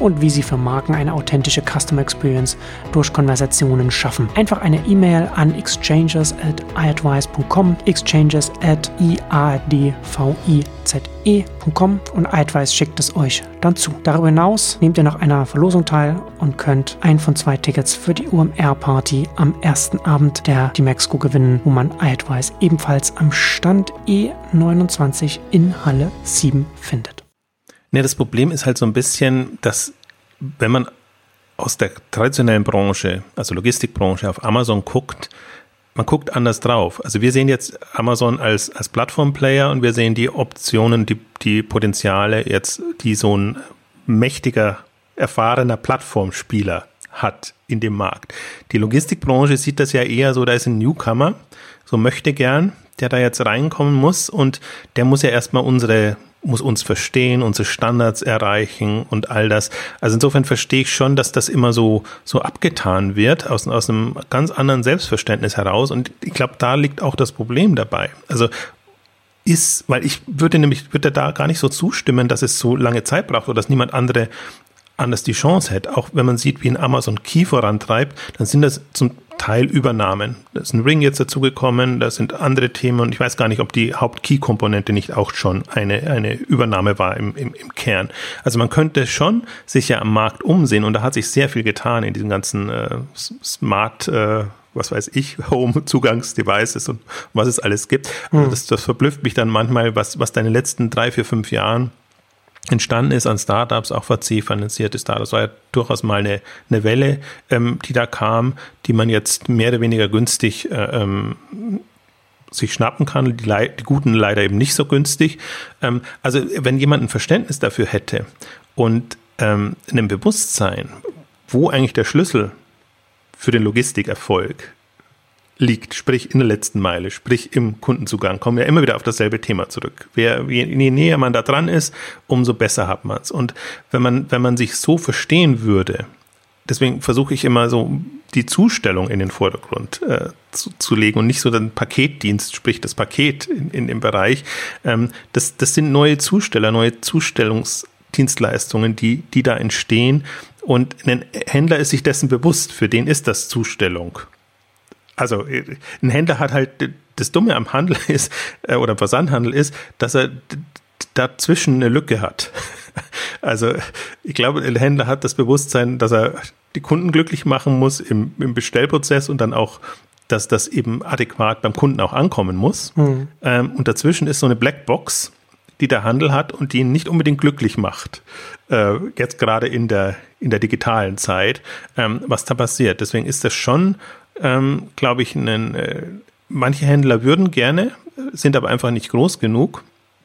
und wie sie für Marken eine authentische Customer Experience durch Konversationen schaffen. Einfach eine E-Mail an exchanges at iadvize punkt com, exchanges at i a d v i z e punkt com und iadvize schickt es euch dann zu. Darüber hinaus nehmt ihr noch einer Verlosung teil und könnt ein von zwei Tickets für die U M R-Party am ersten Abend der Dimexco gewinnen, wo man iadvize ebenfalls am Stand E neunundzwanzig in Halle sieben findet. Ne, das Problem ist halt so ein bisschen, dass wenn man aus der traditionellen Branche, also Logistikbranche, auf Amazon guckt, man guckt anders drauf. Also wir sehen jetzt Amazon als, als Plattformplayer und wir sehen die Optionen, die, die Potenziale jetzt, die so ein mächtiger, erfahrener Plattformspieler hat in dem Markt. Die Logistikbranche sieht das ja eher so, da ist ein Newcomer, so möchte gern, der da jetzt reinkommen muss und der muss ja erstmal unsere muss uns verstehen, unsere Standards erreichen und all das. Also insofern verstehe ich schon, dass das immer so so abgetan wird, aus, aus einem ganz anderen Selbstverständnis heraus. Und ich glaube, da liegt auch das Problem dabei. Also ist, weil ich würde nämlich, würde da gar nicht so zustimmen, dass es so lange Zeit braucht oder dass niemand andere anders die Chance hätte. Auch wenn man sieht, wie ein Amazon Key vorantreibt, dann sind das zum Teil Übernahmen. Da ist ein Ring jetzt dazugekommen, da sind andere Themen und ich weiß gar nicht, ob die Haupt-Key-Komponente nicht auch schon eine, eine Übernahme war im, im, im Kern. Also man könnte schon sich ja am Markt umsehen und da hat sich sehr viel getan in diesen ganzen äh, Smart, äh, was weiß ich, Home-Zugangsdevices und was es alles gibt. Also das, das verblüfft mich dann manchmal, was, was da in den letzten drei, vier, fünf Jahren entstanden ist an Startups, auch V C-finanzierte Startups. Das war ja durchaus mal eine, eine Welle, ähm, die da kam, die man jetzt mehr oder weniger günstig äh, ähm, sich schnappen kann, die, Le- die guten leider eben nicht so günstig. Ähm, also wenn jemand ein Verständnis dafür hätte und ähm, ein Bewusstsein, wo eigentlich der Schlüssel für den Logistikerfolg liegt, sprich in der letzten Meile, sprich im Kundenzugang, kommen wir immer wieder auf dasselbe Thema zurück. Wer, je, je näher man da dran ist, umso besser hat man es. Und wenn man, wenn man sich so verstehen würde, deswegen versuche ich immer so die Zustellung in den Vordergrund äh, zu, zu legen und nicht so den Paketdienst, sprich das Paket in, in dem Bereich. Ähm, das, das sind neue Zusteller, neue Zustellungsdienstleistungen, die, die da entstehen. Und ein Händler ist sich dessen bewusst, für den ist das Zustellung. Also ein Händler hat halt, das Dumme am Handel ist, oder am Versandhandel ist, dass er dazwischen eine Lücke hat. Also ich glaube, der Händler hat das Bewusstsein, dass er die Kunden glücklich machen muss im, im Bestellprozess und dann auch, dass das eben adäquat beim Kunden auch ankommen muss. Mhm. Ähm, und dazwischen ist so eine Blackbox, die der Handel hat und die ihn nicht unbedingt glücklich macht. Äh, jetzt gerade in der, in der digitalen Zeit, ähm, was da passiert. Deswegen ist das schon Ähm, glaube ich, einen, äh, manche Händler würden gerne, sind aber einfach nicht groß genug.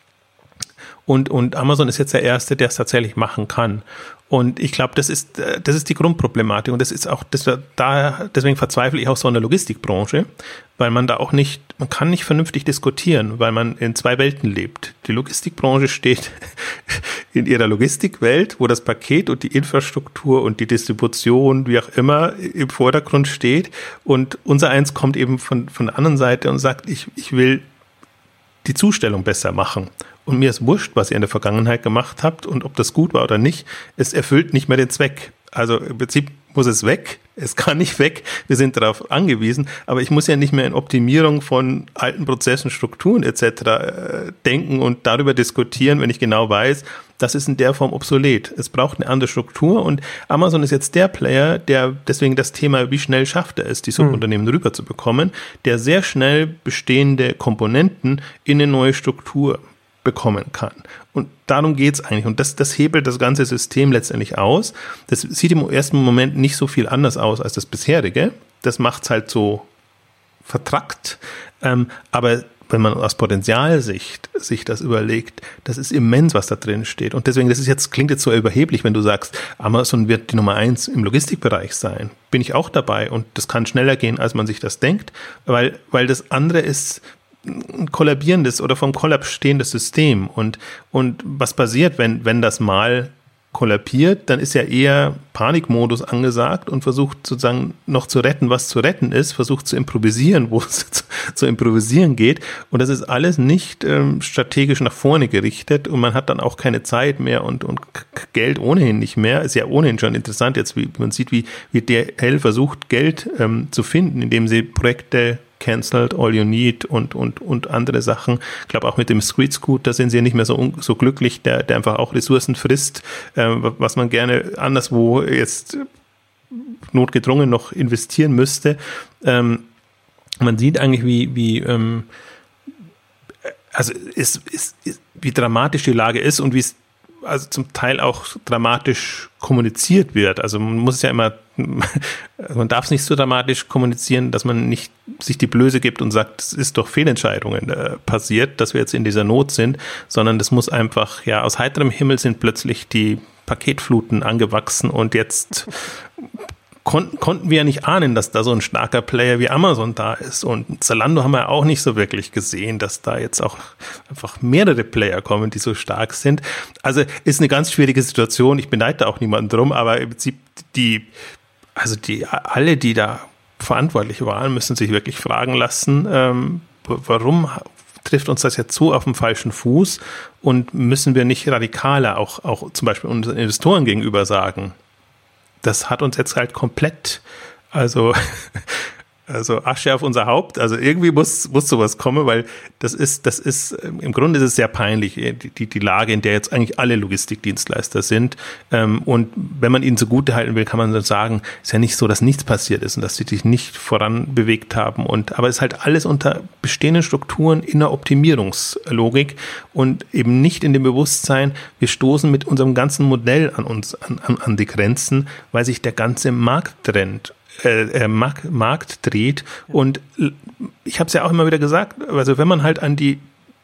Und, und Amazon ist jetzt der Erste, der es tatsächlich machen kann. Und ich glaube, das ist, das ist die Grundproblematik. Und das ist auch, das, da, deswegen verzweifle ich auch so in der Logistikbranche, weil man da auch nicht, man kann nicht vernünftig diskutieren, weil man in zwei Welten lebt. Die Logistikbranche steht in ihrer Logistikwelt, wo das Paket und die Infrastruktur und die Distribution, wie auch immer, im Vordergrund steht. Und unser Eins kommt eben von, von der anderen Seite und sagt, ich, ich will die Zustellung besser machen. Und mir ist wurscht, was ihr in der Vergangenheit gemacht habt und ob das gut war oder nicht. Es erfüllt nicht mehr den Zweck. Also im Prinzip muss es weg. Es kann nicht weg. Wir sind darauf angewiesen. Aber ich muss ja nicht mehr in Optimierung von alten Prozessen, Strukturen et cetera äh, denken und darüber diskutieren, wenn ich genau weiß, das ist in der Form obsolet. Es braucht eine andere Struktur und Amazon ist jetzt der Player, der deswegen das Thema, wie schnell schafft er es, die Subunternehmen rüber zu bekommen, der sehr schnell bestehende Komponenten in eine neue Struktur bekommen kann. Und darum geht's eigentlich. Und das, das hebelt das ganze System letztendlich aus. Das sieht im ersten Moment nicht so viel anders aus als das bisherige. Das macht's halt so vertrackt. Ähm, aber wenn man aus Potenzialsicht sich das überlegt, das ist immens, was da drin steht. Und deswegen, das ist jetzt, klingt jetzt so überheblich, wenn du sagst, Amazon wird die Nummer eins im Logistikbereich sein. Bin ich auch dabei. Und das kann schneller gehen, als man sich das denkt. Weil, weil das andere ist ein kollabierendes oder vom Kollaps stehendes System. Und, und was passiert, wenn, wenn das mal kollabiert, dann ist ja eher Panikmodus angesagt und versucht sozusagen noch zu retten, was zu retten ist, versucht zu improvisieren, wo es zu, zu improvisieren geht. Und das ist alles nicht ähm, strategisch nach vorne gerichtet und man hat dann auch keine Zeit mehr und, und Geld ohnehin nicht mehr. Ist ja ohnehin schon interessant jetzt, wie man sieht, wie, wie D H L versucht, Geld ähm, zu finden, indem sie Projekte cancelled, all you need und, und, und andere Sachen. Ich glaube auch mit dem Street Scoot, da sind sie ja nicht mehr so, so glücklich, der, der einfach auch Ressourcen frisst, äh, was man gerne anderswo jetzt notgedrungen noch investieren müsste. Ähm, man sieht eigentlich, wie, wie, ähm, also ist, ist, ist, wie dramatisch die Lage ist und wie es also zum Teil auch dramatisch kommuniziert wird. Also man muss ja immer, man darf es nicht so dramatisch kommunizieren, dass man nicht sich die Blöße gibt und sagt, es ist doch Fehlentscheidungen äh, passiert, dass wir jetzt in dieser Not sind, sondern das muss einfach, ja, aus heiterem Himmel sind plötzlich die Paketfluten angewachsen und jetzt Kon- konnten wir ja nicht ahnen, dass da so ein starker Player wie Amazon da ist. Und Zalando haben wir auch nicht so wirklich gesehen, dass da jetzt auch einfach mehrere Player kommen, die so stark sind. Also ist eine ganz schwierige Situation. Ich beneide da auch niemanden drum, aber im Prinzip die, also die, alle, die da verantwortlich waren, müssen sich wirklich fragen lassen, ähm, warum trifft uns das jetzt so auf dem falschen Fuß und müssen wir nicht radikaler auch, auch zum Beispiel unseren Investoren gegenüber sagen, das hat uns jetzt halt komplett, also, also Asche auf unser Haupt. Also irgendwie muss, muss sowas kommen, weil das ist, das ist, im Grunde ist es sehr peinlich, die, die, die Lage, in der jetzt eigentlich alle Logistikdienstleister sind. Und wenn man ihnen zugutehalten will, kann man dann sagen, ist ja nicht so, dass nichts passiert ist und dass sie sich nicht voran bewegt haben. Und, aber es ist halt alles unter bestehenden Strukturen in der Optimierungslogik und eben nicht in dem Bewusstsein, wir stoßen mit unserem ganzen Modell an uns, an, an, an die Grenzen, weil sich der ganze Markttrend Äh, Markt, Markt dreht. Und ich habe es ja auch immer wieder gesagt, also wenn man halt an die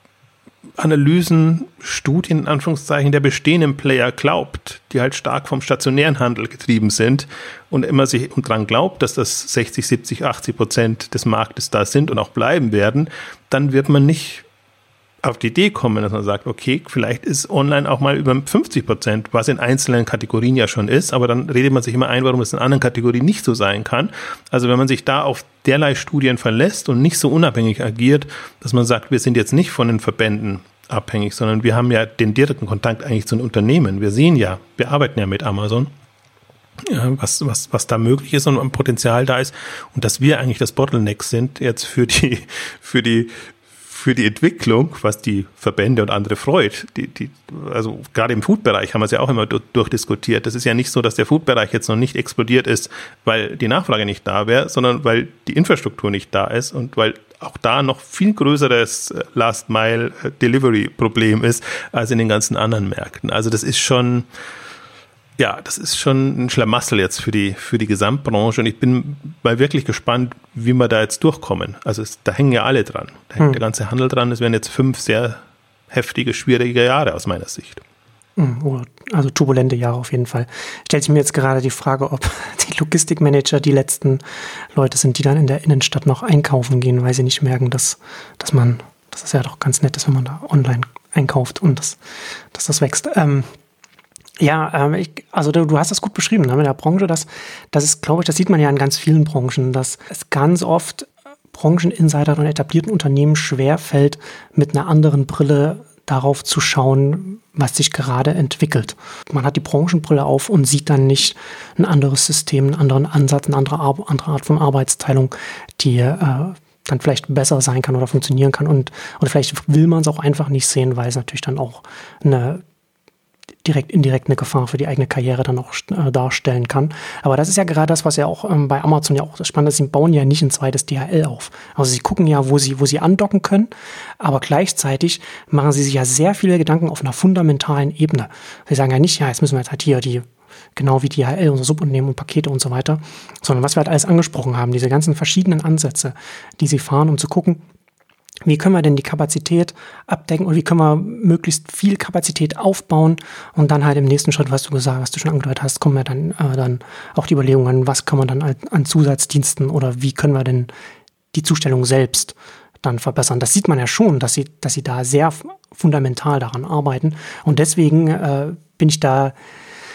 Analysen, Studien, in Anführungszeichen, der bestehenden Player glaubt, die halt stark vom stationären Handel getrieben sind und immer sich und dran glaubt, dass das sechzig, siebzig, achtzig Prozent des Marktes da sind und auch bleiben werden, dann wird man nicht auf die Idee kommen, dass man sagt, okay, vielleicht ist online auch mal über fünfzig Prozent, was in einzelnen Kategorien ja schon ist, aber dann redet man sich immer ein, warum es in anderen Kategorien nicht so sein kann. Also wenn man sich da auf derlei Studien verlässt und nicht so unabhängig agiert, dass man sagt, wir sind jetzt nicht von den Verbänden abhängig, sondern wir haben ja den direkten Kontakt eigentlich zu den Unternehmen. Wir sehen ja, wir arbeiten ja mit Amazon, ja, was, was, was da möglich ist und am Potenzial da ist und dass wir eigentlich das Bottleneck sind jetzt für die, für die für die Entwicklung, was die Verbände und andere freut. Die, die, also gerade im Food-Bereich haben wir es ja auch immer durch, durchdiskutiert. Das ist ja nicht so, dass der Food-Bereich jetzt noch nicht explodiert ist, weil die Nachfrage nicht da wäre, sondern weil die Infrastruktur nicht da ist und weil auch da noch viel größeres Last-Mile-Delivery-Problem ist als in den ganzen anderen Märkten. Also das ist schon Ja, das ist schon ein Schlamassel jetzt für die, für die Gesamtbranche und ich bin mal wirklich gespannt, wie wir da jetzt durchkommen. Also es, da hängen ja alle dran. Da hängt hm. der ganze Handel dran. Es werden jetzt fünf sehr heftige, schwierige Jahre aus meiner Sicht. Also turbulente Jahre auf jeden Fall. Stellt sich mir jetzt gerade die Frage, ob die Logistikmanager die letzten Leute sind, die dann in der Innenstadt noch einkaufen gehen, weil sie nicht merken, dass, dass man, dass es ja doch ganz nett ist, wenn man da online einkauft und das, dass das wächst. Ähm, Ja, ähm, ich, also du, du hast das gut beschrieben, ne, mit der Branche. Das, das ist, glaube ich, das sieht man ja in ganz vielen Branchen, dass es ganz oft Brancheninsider und etablierten Unternehmen schwerfällt, mit einer anderen Brille darauf zu schauen, was sich gerade entwickelt. Man hat die Branchenbrille auf und sieht dann nicht ein anderes System, einen anderen Ansatz, eine andere, Ar- andere Art von Arbeitsteilung, die äh, dann vielleicht besser sein kann oder funktionieren kann. Und, und vielleicht will man es auch einfach nicht sehen, weil es natürlich dann auch eine direkt, indirekt eine Gefahr für die eigene Karriere dann auch äh, darstellen kann. Aber das ist ja gerade das, was ja auch ähm, bei Amazon ja auch spannend ist. Sie bauen ja nicht ein zweites D H L auf. Also sie gucken ja, wo sie, wo sie andocken können, aber gleichzeitig machen sie sich ja sehr viele Gedanken auf einer fundamentalen Ebene. Sie sagen ja nicht, ja, jetzt müssen wir jetzt halt hier die, genau wie D H L, unsere Subunternehmen und Pakete und so weiter, sondern was wir halt alles angesprochen haben, diese ganzen verschiedenen Ansätze, die sie fahren, um zu gucken, wie können wir denn die Kapazität abdecken und wie können wir möglichst viel Kapazität aufbauen und dann halt im nächsten Schritt, was du gesagt hast, was du schon angedeutet hast, kommen wir dann, äh, dann auch die Überlegungen, was kann man dann an, an Zusatzdiensten oder wie können wir denn die Zustellung selbst dann verbessern. Das sieht man ja schon, dass sie, dass sie da sehr fundamental daran arbeiten und deswegen äh, bin ich da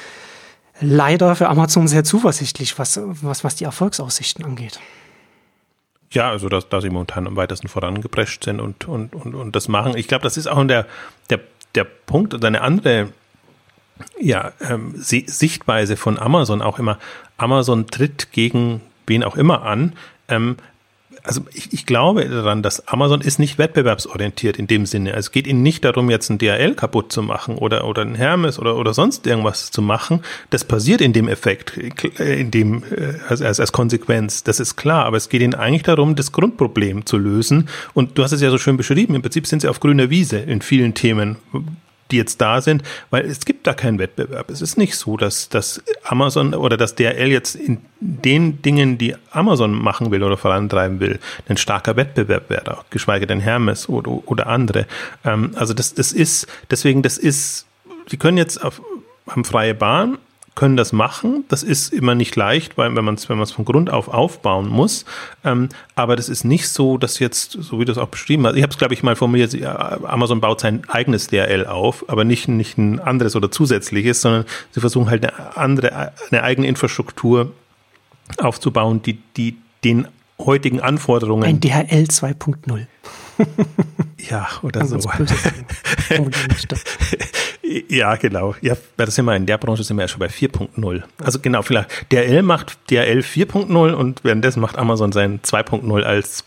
leider für Amazon sehr zuversichtlich, was, was, was die Erfolgsaussichten angeht. Ja, also dass, dass sie momentan am weitesten vorangeprescht sind und, und, und, und das machen. Ich glaube, das ist auch der, der, der Punkt und eine andere ja, ähm, Sichtweise von Amazon auch immer. Amazon tritt gegen wen auch immer an. Ähm, Also ich, ich glaube daran, dass Amazon ist nicht wettbewerbsorientiert in dem Sinne. Also es geht ihnen nicht darum, jetzt ein D H L kaputt zu machen oder, oder ein Hermes oder, oder sonst irgendwas zu machen. Das passiert in dem Effekt, in dem, als, als, als Konsequenz. Das ist klar. Aber es geht ihnen eigentlich darum, das Grundproblem zu lösen. Und du hast es ja so schön beschrieben. Im Prinzip sind sie auf grüner Wiese in vielen Themen, die jetzt da sind, weil es gibt da keinen Wettbewerb. Es ist nicht so, dass, dass Amazon oder dass D H L jetzt in den Dingen, die Amazon machen will oder vorantreiben will, ein starker Wettbewerb wäre, geschweige denn Hermes oder, oder andere. Ähm, also das, das ist, deswegen, das ist, sie können jetzt auf, haben freie Bahn, können das machen. Das ist immer nicht leicht, weil wenn man es wenn man es von Grund auf aufbauen muss. Ähm, aber das ist nicht so, dass jetzt, so wie du es auch beschrieben hast, ich habe es, glaube ich, mal formuliert, Amazon baut sein eigenes D H L auf, aber nicht, nicht ein anderes oder zusätzliches, sondern sie versuchen halt eine andere, eine eigene Infrastruktur aufzubauen, die, die den heutigen Anforderungen... Ein D H L zwei Punkt null. Ja, oder so. Böse Ja, genau. Ja, das sind wir in der Branche sind wir ja schon bei vier Punkt null. Also genau, vielleicht D H L macht D H L vier Punkt null und währenddessen macht Amazon sein zwei Punkt null als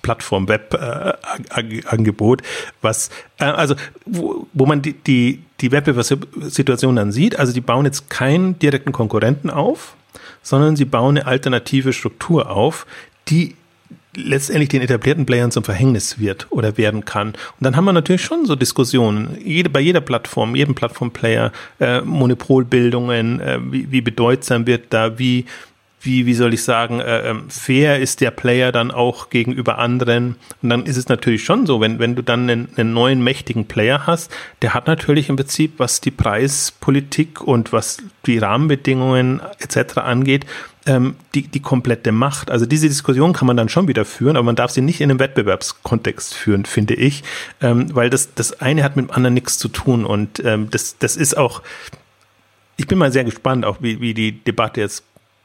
Plattform-Web-Angebot, was äh, also wo, wo man die die die Wettbewerbssituation dann sieht. Also die bauen jetzt keinen direkten Konkurrenten auf, sondern sie bauen eine alternative Struktur auf, die letztendlich den etablierten Playern zum Verhängnis wird oder werden kann. Und dann haben wir natürlich schon so Diskussionen, jede, bei jeder Plattform, jedem Plattformplayer, äh, Monopolbildungen, äh, wie, wie bedeutsam wird da, wie, wie, wie soll ich sagen, äh, fair ist der Player dann auch gegenüber anderen. Und dann ist es natürlich schon so, wenn, wenn du dann einen, einen neuen mächtigen Player hast, der hat natürlich im Prinzip, was die Preispolitik und was die Rahmenbedingungen et cetera angeht, ähm, die, die komplette Macht. Also diese Diskussion kann man dann schon wieder führen, aber man darf sie nicht in einem Wettbewerbskontext führen, finde ich, ähm, weil das, das eine hat mit dem anderen nichts zu tun und ähm, das, das ist auch, ich bin mal sehr gespannt, auch wie, wie die Debatte jetzt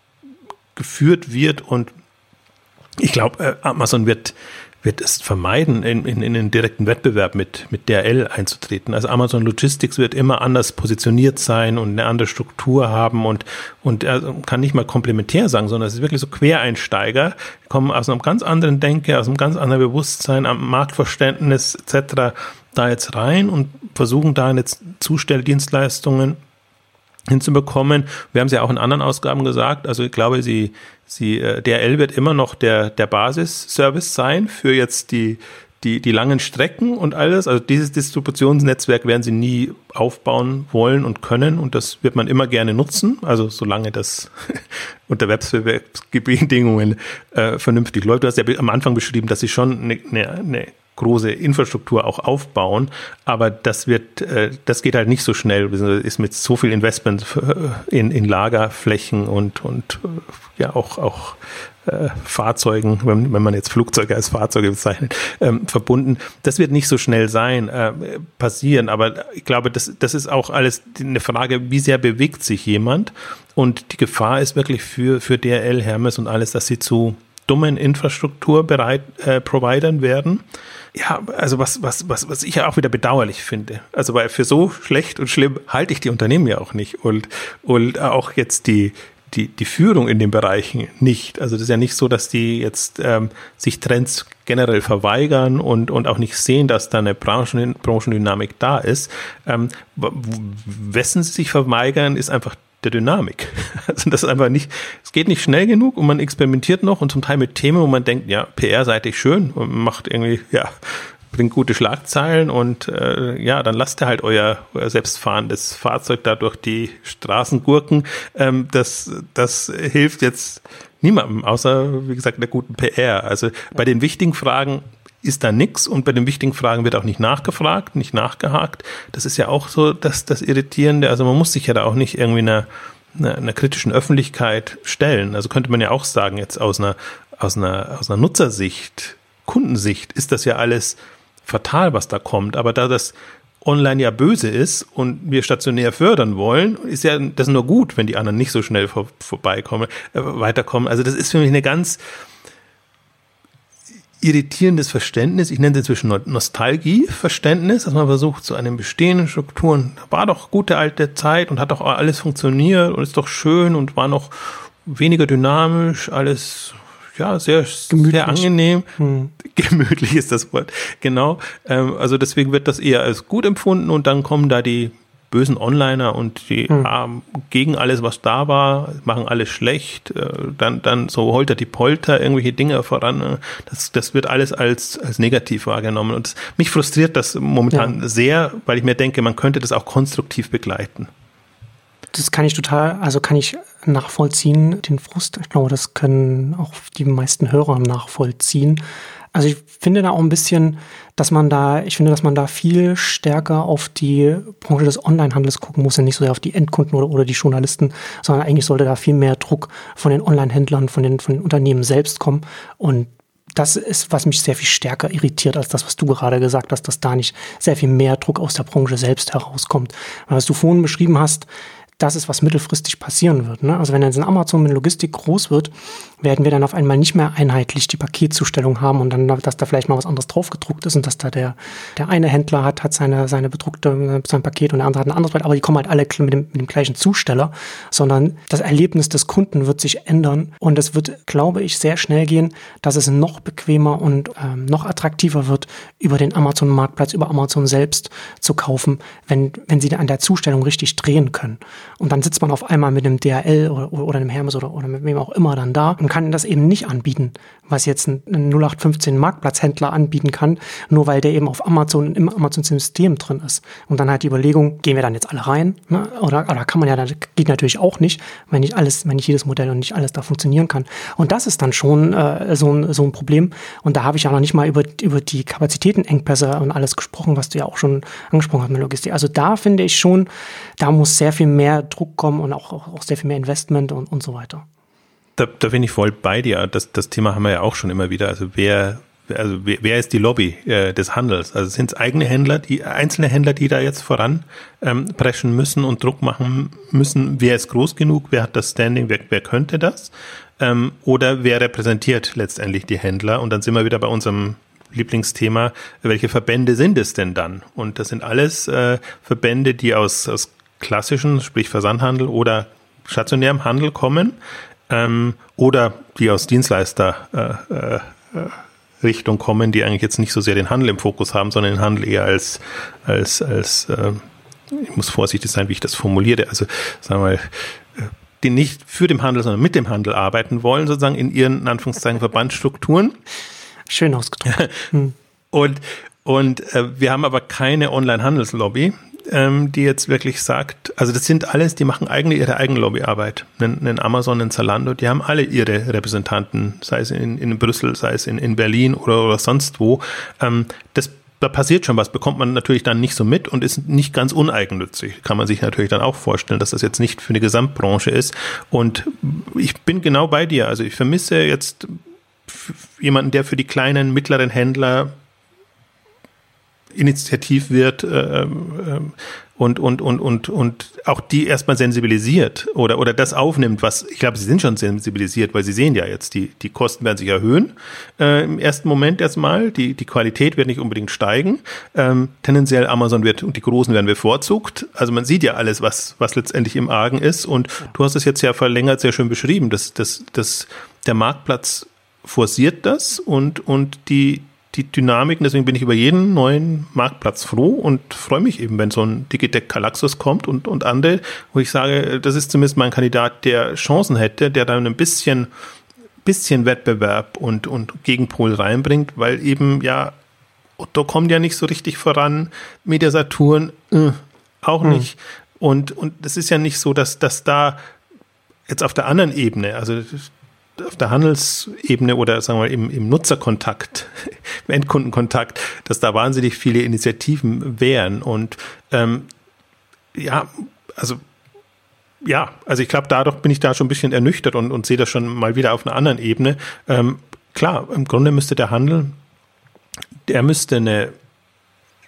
geführt wird und ich glaube, äh, Amazon wird, wird es vermeiden, in, in, in den direkten Wettbewerb mit, mit D H L einzutreten. Also Amazon Logistics wird immer anders positioniert sein und eine andere Struktur haben und, und er kann nicht mal komplementär sagen, sondern es ist wirklich so Quereinsteiger, die kommen aus einem ganz anderen Denke, aus einem ganz anderen Bewusstsein, am Marktverständnis et cetera da jetzt rein und versuchen da jetzt Zustelldienstleistungen hinzubekommen. Wir haben es ja auch in anderen Ausgaben gesagt, also ich glaube, sie, sie, D H L wird immer noch der, der Basisservice sein für jetzt die, die, die langen Strecken und alles. Also dieses Distributionsnetzwerk werden sie nie aufbauen wollen und können und das wird man immer gerne nutzen, also solange das unter Wettbewerbsbedingungen äh, vernünftig läuft. Du hast ja am Anfang beschrieben, dass sie schon eine, eine, eine große Infrastruktur auch aufbauen, aber das wird, äh, das geht halt nicht so schnell, ist mit so viel Investment in, in Lagerflächen und, und äh, ja auch, auch äh, Fahrzeugen, wenn, wenn man jetzt Flugzeuge als Fahrzeuge bezeichnet, ähm, verbunden. Das wird nicht so schnell sein, äh, passieren, aber ich glaube, das, das ist auch alles eine Frage, wie sehr bewegt sich jemand und die Gefahr ist wirklich für, für D H L, Hermes und alles, dass sie zu dummen Infrastrukturbereit äh, Providern werden. Ja, also was, was, was, was ich ja auch wieder bedauerlich finde. Also weil für so schlecht und schlimm halte ich die Unternehmen ja auch nicht und, und auch jetzt die, die, die Führung in den Bereichen nicht. Also das ist ja nicht so, dass die jetzt ähm, sich Trends generell verweigern und, und auch nicht sehen, dass da eine Branchen, Branchendynamik da ist. Ähm, wessen sie sich verweigern, ist einfach der Dynamik. Also das ist einfach nicht, es geht nicht schnell genug und man experimentiert noch und zum Teil mit Themen, wo man denkt, ja, P R-seitig schön und macht irgendwie, ja, bringt gute Schlagzeilen und äh, ja, dann lasst ihr halt euer, euer selbstfahrendes Fahrzeug da durch die Straßen gurken. Ähm, das, das hilft jetzt niemandem, außer, wie gesagt, der guten P R. Also bei den wichtigen Fragen ist da nichts und bei den wichtigen Fragen wird auch nicht nachgefragt, nicht nachgehakt. Das ist ja auch so das, das Irritierende. Also man muss sich ja da auch nicht irgendwie einer, einer, einer kritischen Öffentlichkeit stellen. Also könnte man ja auch sagen, jetzt aus einer, aus einer, aus einer Nutzersicht, Kundensicht ist das ja alles fatal, was da kommt. Aber da das online ja böse ist und wir stationär fördern wollen, ist ja das nur gut, wenn die anderen nicht so schnell vor, vorbeikommen, äh, weiterkommen. Also das ist für mich eine ganz irritierendes Verständnis. Ich nenne es inzwischen Nostalgie-Verständnis, dass man versucht, zu einem bestehenden Strukturen, war doch gute alte Zeit und hat doch alles funktioniert und ist doch schön und war noch weniger dynamisch, alles ja, sehr, sehr angenehm. Hm. Gemütlich ist das Wort, genau. Ähm, also deswegen wird das eher als gut empfunden und dann kommen da die bösen Onliner und die hm. ähm, gegen alles, was da war, machen alles schlecht, äh, dann, dann so holter die Polter, irgendwelche Dinge voran. Äh, das, das wird alles als, als negativ wahrgenommen und das, mich frustriert das momentan ja. sehr, weil ich mir denke, man könnte das auch konstruktiv begleiten. Das kann ich total, also kann ich nachvollziehen, den Frust. Ich glaube, das können auch die meisten Hörer nachvollziehen. Also ich finde da auch ein bisschen, dass man da, ich finde, dass man da viel stärker auf die Branche des Onlinehandels gucken muss und nicht so sehr auf die Endkunden oder, oder die Journalisten, sondern eigentlich sollte da viel mehr Druck von den Onlinehändlern, von den, von den Unternehmen selbst kommen. Und das ist, was mich sehr viel stärker irritiert, als das, was du gerade gesagt hast, dass da nicht sehr viel mehr Druck aus der Branche selbst herauskommt. Weil was du vorhin beschrieben hast, das ist, was mittelfristig passieren wird. Ne? Also wenn jetzt ein Amazon mit Logistik groß wird, werden wir dann auf einmal nicht mehr einheitlich die Paketzustellung haben und dann, dass da vielleicht mal was anderes drauf gedruckt ist und dass da der, der eine Händler hat, hat seine, seine bedruckte, sein Paket und der andere hat ein anderes, aber die kommen halt alle mit dem, mit dem gleichen Zusteller, sondern das Erlebnis des Kunden wird sich ändern und es wird, glaube ich, sehr schnell gehen, dass es noch bequemer und ähm, noch attraktiver wird, über den Amazon-Marktplatz, über Amazon selbst zu kaufen, wenn, wenn sie an der Zustellung richtig drehen können. Und dann sitzt man auf einmal mit einem D H L oder, oder einem Hermes oder, oder mit wem auch immer dann da und kann das eben nicht anbieten, was jetzt ein, ein null acht fünfzehn Marktplatzhändler anbieten kann, nur weil der eben auf Amazon, im Amazon-System drin ist. Und dann halt die Überlegung, gehen wir dann jetzt alle rein? Ne? Oder, oder kann man ja, das geht natürlich auch nicht, wenn nicht alles, wenn nicht jedes Modell und nicht alles da funktionieren kann. Und das ist dann schon äh, so, ein, so ein Problem. Und da habe ich ja noch nicht mal über, über die Kapazitätenengpässe und alles gesprochen, was du ja auch schon angesprochen hast mit Logistik. Also da finde ich schon, da muss sehr viel mehr Druck kommen und auch, auch, auch sehr viel mehr Investment und, und so weiter. Da, da bin ich voll bei dir. Das, das Thema haben wir ja auch schon immer wieder. Also wer, also wer, wer ist die Lobby äh, des Handels? Also sind es eigene Händler, die einzelne Händler, die da jetzt voran ähm, preschen müssen und Druck machen müssen? Wer ist groß genug? Wer hat das Standing? Wer, wer könnte das? Ähm, oder wer repräsentiert letztendlich die Händler? Und dann sind wir wieder bei unserem Lieblingsthema. Welche Verbände sind es denn dann? Und das sind alles äh, Verbände, die aus, aus klassischen, sprich Versandhandel oder stationärem Handel kommen. Ähm, oder die aus Dienstleister äh, äh, Richtung kommen, die eigentlich jetzt nicht so sehr den Handel im Fokus haben, sondern den Handel eher als, als, als äh, ich muss vorsichtig sein, wie ich das formuliere, also sagen wir mal, die nicht für den Handel, sondern mit dem Handel arbeiten wollen, sozusagen in ihren, in Anführungszeichen, Verbandsstrukturen. Schön ausgedrückt. Hm. Und, und äh, wir haben aber keine Online-Handelslobby, ähm, die jetzt wirklich sagt, also das sind alles, die machen eigentlich ihre eigene Lobbyarbeit. Einen Amazon, einen Zalando, die haben alle ihre Repräsentanten, sei es in, in Brüssel, sei es in, in Berlin oder, oder sonst wo. Ähm, das Da passiert schon was, bekommt man natürlich dann nicht so mit und ist nicht ganz uneigennützig. Kann man sich natürlich dann auch vorstellen, dass das jetzt nicht für eine Gesamtbranche ist. Und ich bin genau bei dir. Also ich vermisse jetzt jemanden, der für die kleinen, mittleren Händler initiativ wird äh, äh, und, und, und, und, und auch die erstmal sensibilisiert oder, oder das aufnimmt, was, ich glaube, sie sind schon sensibilisiert, weil sie sehen ja jetzt, die, die Kosten werden sich erhöhen, äh, im ersten Moment erstmal, die, die Qualität wird nicht unbedingt steigen, ähm, tendenziell Amazon wird und die Großen werden bevorzugt, also man sieht ja alles, was, was letztendlich im Argen ist und du hast es jetzt ja verlängert sehr schön beschrieben, dass, dass, dass der Marktplatz forciert das und, und die die Dynamiken, deswegen bin ich über jeden neuen Marktplatz froh und freue mich eben, wenn so ein Digitec Galaxus kommt und, und andere, wo ich sage, das ist zumindest mein Kandidat, der Chancen hätte, der dann ein bisschen, bisschen Wettbewerb und, und Gegenpol reinbringt, weil eben ja, Otto kommt ja nicht so richtig voran, Media Saturn äh, auch hm. nicht und, und das ist ja nicht so, dass, dass da jetzt auf der anderen Ebene, also auf der Handelsebene oder sagen wir im, im Nutzerkontakt, im Endkundenkontakt, dass da wahnsinnig viele Initiativen wären und ähm, ja, also ja, also ich glaube, dadurch bin ich da schon ein bisschen ernüchtert und, und sehe das schon mal wieder auf einer anderen Ebene. Ähm, klar, im Grunde müsste der Handel, der müsste eine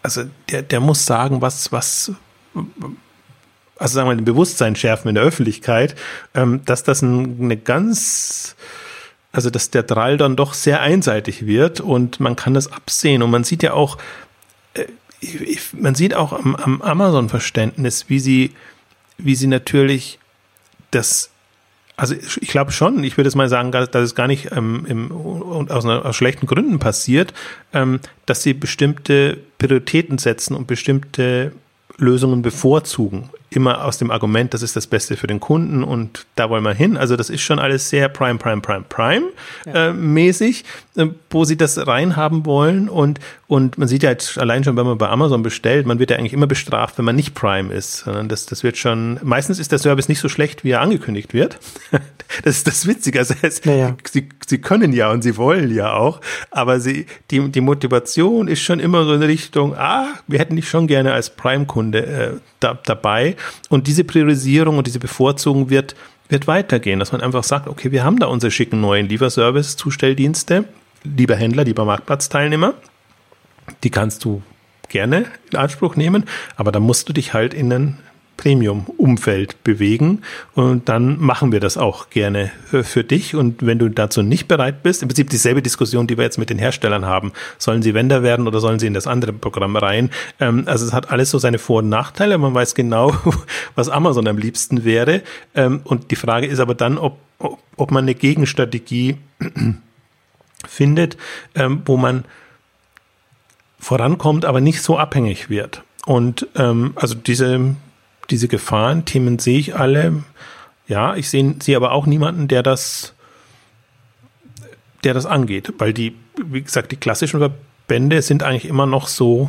also der, der muss sagen, was, was, also sagen wir mal, ein Bewusstsein schärfen in der Öffentlichkeit, ähm, dass das ein, eine ganz, also dass der Drall dann doch sehr einseitig wird und man kann das absehen und man sieht ja auch, äh, man sieht auch am, am Amazon-Verständnis, wie sie, wie sie natürlich das, also ich glaube schon, ich würde jetzt mal sagen, dass es gar nicht ähm, im, aus, einer, aus schlechten Gründen passiert, ähm, dass sie bestimmte Prioritäten setzen und bestimmte Lösungen bevorzugen. Immer aus dem Argument, das ist das Beste für den Kunden und da wollen wir hin. Also das ist schon alles sehr Prime, Prime, Prime, Prime ja. äh, mäßig, äh, wo sie das reinhaben wollen und, und man sieht ja jetzt allein schon, wenn man bei Amazon bestellt, man wird ja eigentlich immer bestraft, wenn man nicht Prime ist, sondern das, das wird schon, meistens ist der Service nicht so schlecht, wie er angekündigt wird. Das ist das Witzige. Also es, ja, ja. Sie, sie können ja und sie wollen ja auch, aber sie, die, die Motivation ist schon immer so in Richtung, ah, wir hätten dich schon gerne als Prime-Kunde äh, da, dabei. Und diese Priorisierung und diese Bevorzugung wird, wird weitergehen, dass man einfach sagt, okay, wir haben da unsere schicken neuen Lieferservice-Zustelldienste, lieber Händler, lieber Marktplatzteilnehmer, die kannst du gerne in Anspruch nehmen, aber da musst du dich halt in einen Premium-Umfeld bewegen und dann machen wir das auch gerne für dich und wenn du dazu nicht bereit bist, im Prinzip dieselbe Diskussion, die wir jetzt mit den Herstellern haben, sollen sie Vendor werden oder sollen sie in das andere Programm rein, also es hat alles so seine Vor- und Nachteile, man weiß genau, was Amazon am liebsten wäre und die Frage ist aber dann, ob, ob man eine Gegenstrategie findet, wo man vorankommt, aber nicht so abhängig wird und also diese Diese Gefahrenthemen sehe ich alle. Ja, ich sehe, sehe aber auch niemanden, der das, der das angeht, weil die, wie gesagt, die klassischen Verbände sind eigentlich immer noch so,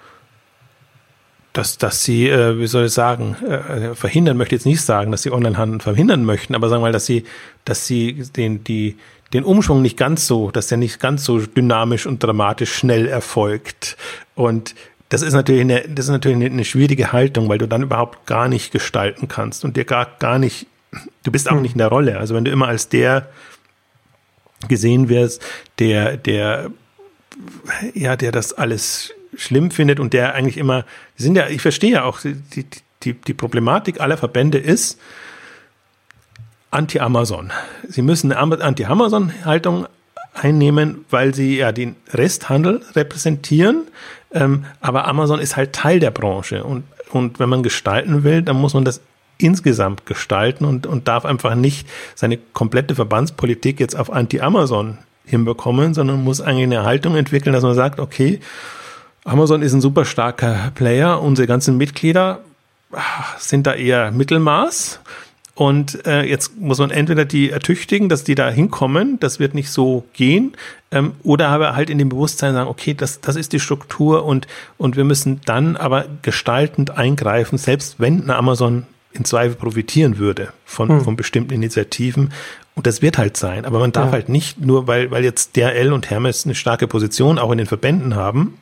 dass, dass sie, äh, wie soll ich sagen, äh, verhindern möchte ich jetzt nicht sagen, dass sie Onlinehandel verhindern möchten, aber sagen wir mal, dass sie, dass sie den, die, den Umschwung nicht ganz so, dass der nicht ganz so dynamisch und dramatisch schnell erfolgt und Das ist natürlich eine, das ist natürlich eine, eine schwierige Haltung, weil du dann überhaupt gar nicht gestalten kannst und dir gar, gar nicht, du bist auch nicht in der Rolle. Also wenn du immer als der gesehen wirst, der, der, ja, der das alles schlimm findet und der eigentlich immer, die sind ja, ich verstehe ja auch, die, die, die Problematik aller Verbände ist Anti-Amazon. Sie müssen eine Anti-Amazon-Haltung einnehmen, weil sie ja den Resthandel repräsentieren, ähm, aber Amazon ist halt Teil der Branche und, und wenn man gestalten will, dann muss man das insgesamt gestalten und, und darf einfach nicht seine komplette Verbandspolitik jetzt auf Anti-Amazon hinbekommen, sondern muss eigentlich eine Haltung entwickeln, dass man sagt, okay, Amazon ist ein super starker Player, unsere ganzen Mitglieder sind da eher Mittelmaß. Und äh, jetzt muss man entweder die ertüchtigen, dass die da hinkommen, das wird nicht so gehen, ähm, oder aber halt in dem Bewusstsein sagen, okay, das, das ist die Struktur und, und wir müssen dann aber gestaltend eingreifen, selbst wenn eine Amazon in Zweifel profitieren würde von, hm. von bestimmten Initiativen. Und das wird halt sein, aber man darf ja. halt nicht nur, weil, weil jetzt D H L und Hermes eine starke Position auch in den Verbänden haben,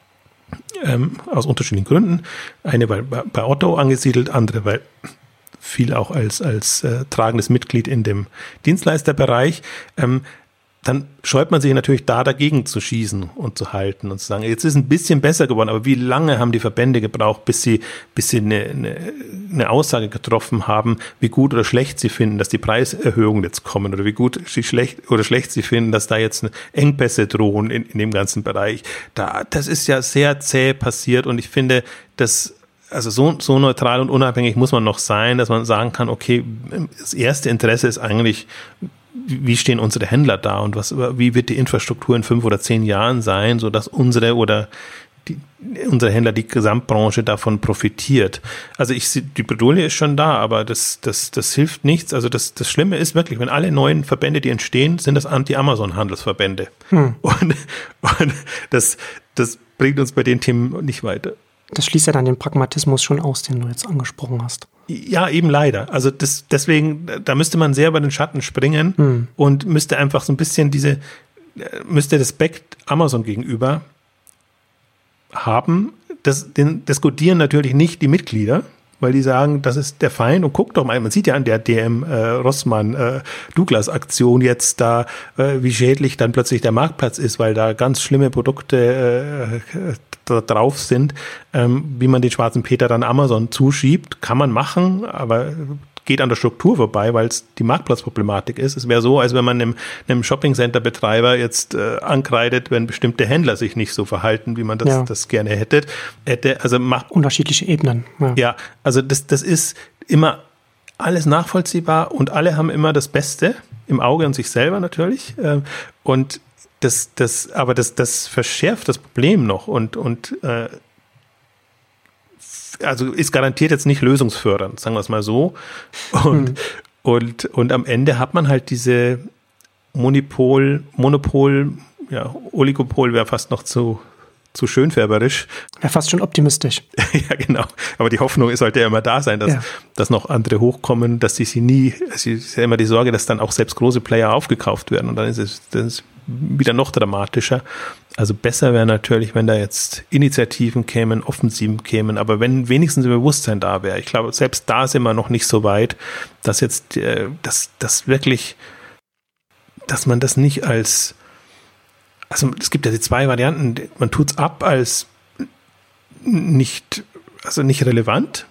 ähm, aus unterschiedlichen Gründen, eine weil bei Otto angesiedelt, andere weil viel auch als, als äh, tragendes Mitglied in dem Dienstleisterbereich, ähm, dann scheut man sich natürlich da dagegen zu schießen und zu halten und zu sagen, jetzt ist es ein bisschen besser geworden, aber wie lange haben die Verbände gebraucht, bis sie, bis sie eine, eine, eine Aussage getroffen haben, wie gut oder schlecht sie finden, dass die Preiserhöhungen jetzt kommen oder wie gut sie schlecht oder schlecht sie finden, dass da jetzt Engpässe drohen in, in dem ganzen Bereich. Da, das ist ja sehr zäh passiert und ich finde, dass Also so, so neutral und unabhängig muss man noch sein, dass man sagen kann, okay, das erste Interesse ist eigentlich, wie stehen unsere Händler da und was, wie wird die Infrastruktur in fünf oder zehn Jahren sein, sodass unsere oder die, unsere Händler, die Gesamtbranche davon profitiert. Also ich, die Bredouille ist schon da, aber das, das, das hilft nichts. Also das, das Schlimme ist wirklich, wenn alle neuen Verbände, die entstehen, sind das Anti-Amazon-Handelsverbände. Hm. Und, und das, das bringt uns bei den Themen nicht weiter. Das schließt ja dann den Pragmatismus schon aus, den du jetzt angesprochen hast. Ja, eben leider. Also das, deswegen, da müsste man sehr über den Schatten springen hm. und müsste einfach so ein bisschen diese, müsste Respekt Amazon gegenüber haben. Das den diskutieren natürlich nicht die Mitglieder, weil die sagen, das ist der Feind und guck doch mal, man sieht ja an der D M äh, Rossmann äh, Douglas Aktion jetzt da, äh, wie schädlich dann plötzlich der Marktplatz ist, weil da ganz schlimme Produkte äh, da drauf sind, ähm, wie man den schwarzen Peter dann Amazon zuschiebt, kann man machen, aber geht an der Struktur vorbei, weil es die Marktplatzproblematik ist. Es wäre so, als wenn man einem, einem Shopping-Center-Betreiber jetzt äh, ankreidet, wenn bestimmte Händler sich nicht so verhalten, wie man das, ja. das gerne hätte. hätte also macht unterschiedliche Ebenen. Ja, ja also das, das ist immer alles nachvollziehbar und alle haben immer das Beste im Auge und sich selber natürlich. Und das, das, aber das, das verschärft das Problem noch und, und äh, also ist garantiert jetzt nicht lösungsfördernd, sagen wir es mal so. Und, mhm. und, und am Ende hat man halt diese Monopol, Monopol, ja, Oligopol wäre fast noch zu, zu schönfärberisch. Wäre fast schon optimistisch. Ja, genau. Aber die Hoffnung sollte ja immer da sein, dass, ja. dass noch andere hochkommen, dass die sie nie, es ist ja immer die Sorge, dass dann auch selbst große Player aufgekauft werden und dann ist es, das ist wieder noch dramatischer. Also besser wäre natürlich, wenn da jetzt Initiativen kämen, Offensiven kämen, aber wenn wenigstens ein Bewusstsein da wäre. Ich glaube, selbst da sind wir noch nicht so weit, dass jetzt, äh, dass das wirklich, dass man das nicht als, also es gibt ja die zwei Varianten, man tut es ab als nicht, also nicht relevant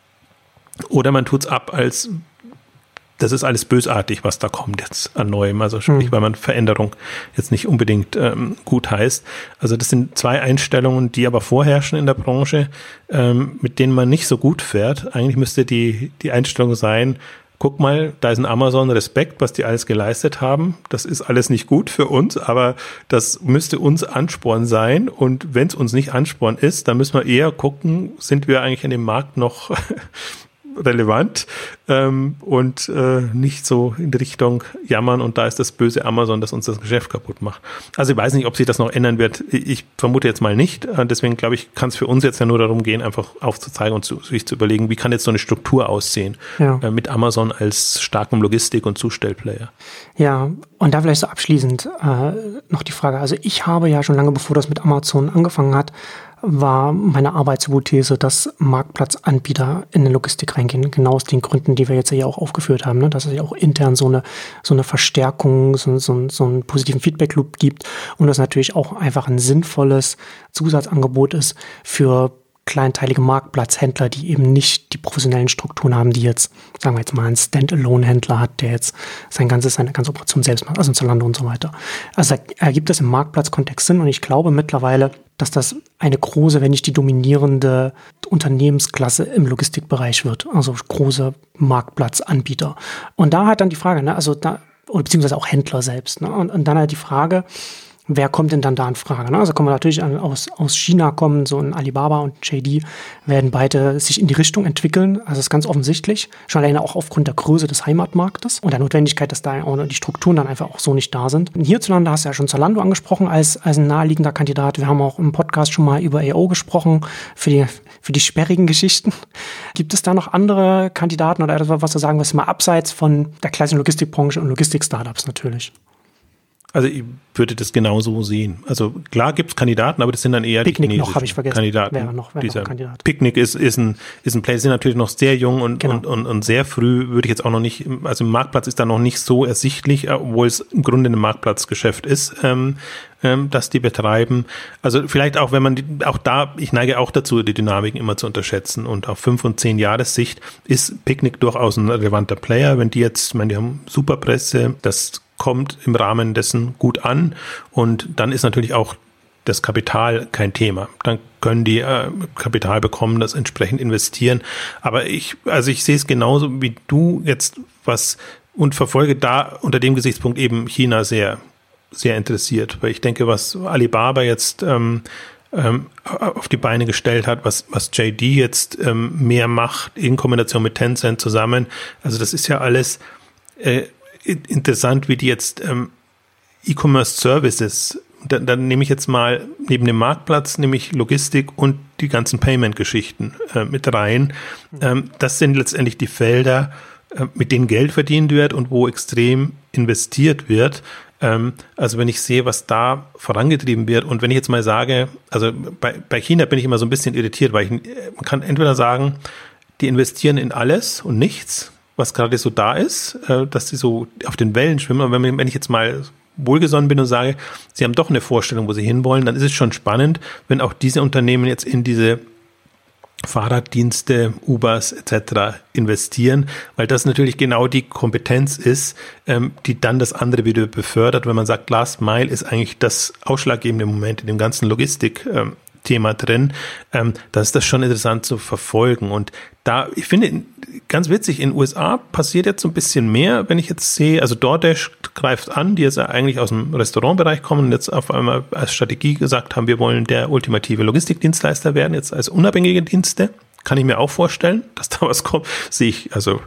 oder man tut es ab als das ist alles bösartig, was da kommt jetzt an Neuem. Also sprich, mhm. weil man Veränderung jetzt nicht unbedingt ähm, gut heißt. Also das sind zwei Einstellungen, die aber vorherrschen in der Branche, ähm, mit denen man nicht so gut fährt. Eigentlich müsste die, die Einstellung sein, guck mal, da ist ein Amazon, Respekt, was die alles geleistet haben. Das ist alles nicht gut für uns, aber das müsste uns Ansporn sein. Und wenn es uns nicht Ansporn ist, dann müssen wir eher gucken, sind wir eigentlich in dem Markt noch relevant ähm, und äh, nicht so in die Richtung jammern und da ist das böse Amazon, das uns das Geschäft kaputt macht. Also ich weiß nicht, ob sich das noch ändern wird. Ich vermute jetzt mal nicht. Deswegen glaube ich, kann es für uns jetzt ja nur darum gehen, einfach aufzuzeigen und zu, sich zu überlegen, wie kann jetzt so eine Struktur aussehen ja. äh, mit Amazon als starkem Logistik- und Zustellplayer. Ja, und da vielleicht so abschließend äh, noch die Frage. Also ich habe ja schon lange, bevor das mit Amazon angefangen hat, war meine Arbeitshypothese, dass Marktplatzanbieter in die Logistik reingehen, genau aus den Gründen, die wir jetzt ja auch aufgeführt haben, ne? Dass es ja auch intern so eine, so eine Verstärkung, so, so, so einen positiven Feedback-Loop gibt und das natürlich auch einfach ein sinnvolles Zusatzangebot ist für kleinteilige Marktplatzhändler, die eben nicht die professionellen Strukturen haben, die jetzt, sagen wir jetzt mal, ein Standalone-Händler hat, der jetzt sein ganzes, seine ganze Operation selbst macht, also ein Zalando und so weiter. Also ergibt das im Marktplatzkontext Sinn und ich glaube mittlerweile, dass das eine große, wenn nicht die dominierende Unternehmensklasse im Logistikbereich wird, also große Marktplatzanbieter. Und da halt dann die Frage, ne, also da, oder beziehungsweise auch Händler selbst, ne, und, und dann halt die Frage, wer kommt denn dann da in Frage? Ne? Also kommen wir natürlich an, aus, aus China kommen, so ein Alibaba und J D werden beide sich in die Richtung entwickeln. Also das ist ganz offensichtlich. Schon alleine auch aufgrund der Größe des Heimatmarktes und der Notwendigkeit, dass da auch die Strukturen dann einfach auch so nicht da sind. Und hierzulande hast du ja schon Zalando angesprochen als, als ein naheliegender Kandidat. Wir haben auch im Podcast schon mal über A O gesprochen für die, für die sperrigen Geschichten. Gibt es da noch andere Kandidaten oder etwas, was du sagen willst, mal abseits von der klassischen Logistikbranche und Logistik-Startups natürlich? Also ich würde das genauso sehen. Also klar gibt es Kandidaten, aber das sind dann eher Picknick die noch, habe ich vergessen. Kandidaten. Wäre noch, wäre Dieser noch ein Kandidat. Picknick ist, ist ein, ist ein Player, sind natürlich noch sehr jung und, genau. und, und, und sehr früh, würde ich jetzt auch noch nicht, also im Marktplatz ist da noch nicht so ersichtlich, obwohl es im Grunde ein Marktplatzgeschäft ist, ähm, ähm, dass die betreiben. Also vielleicht auch, wenn man, die, auch da, ich neige auch dazu, die Dynamiken immer zu unterschätzen und auf fünf und zehn Jahressicht ist Picknick durchaus ein relevanter Player. Wenn die jetzt, ich meine, die haben super Presse, das kommt im Rahmen dessen gut an und dann ist natürlich auch das Kapital kein Thema. Dann können die äh, Kapital bekommen, das entsprechend investieren. Aber ich, also ich sehe es genauso wie du jetzt was und verfolge da unter dem Gesichtspunkt eben China sehr, sehr interessiert, weil ich denke, was Alibaba jetzt ähm, ähm, auf die Beine gestellt hat, was, was J D jetzt ähm, mehr macht in Kombination mit Tencent zusammen. Also das ist ja alles äh, interessant, wie die jetzt ähm, E-Commerce-Services, dann, dann nehme ich jetzt mal neben dem Marktplatz, nehme ich Logistik und die ganzen Payment-Geschichten äh, mit rein. Ähm, das sind letztendlich die Felder, äh, mit denen Geld verdient wird und wo extrem investiert wird. Ähm, also wenn ich sehe, was da vorangetrieben wird und wenn ich jetzt mal sage, also bei, bei China bin ich immer so ein bisschen irritiert, weil ich, man kann entweder sagen, die investieren in alles und nichts, was gerade so da ist, äh, dass sie so auf den Wellen schwimmen. Und wenn, wenn ich jetzt mal wohlgesonnen bin und sage, sie haben doch eine Vorstellung, wo sie hinwollen, dann ist es schon spannend, wenn auch diese Unternehmen jetzt in diese Fahrraddienste, Ubers et cetera investieren, weil das natürlich genau die Kompetenz ist, ähm, die dann das andere wieder befördert, wenn man sagt, Last Mile ist eigentlich das ausschlaggebende Moment in dem ganzen Logistik-Thema drin, ähm, da ist das schon interessant zu verfolgen. Und da, ich finde, ganz witzig, in den U S A passiert jetzt so ein bisschen mehr, wenn ich jetzt sehe, also DoorDash greift an, die jetzt eigentlich aus dem Restaurantbereich kommen und jetzt auf einmal als Strategie gesagt haben, wir wollen der ultimative Logistikdienstleister werden, jetzt als unabhängige Dienste. Kann ich mir auch vorstellen, dass da was kommt. Sehe ich, also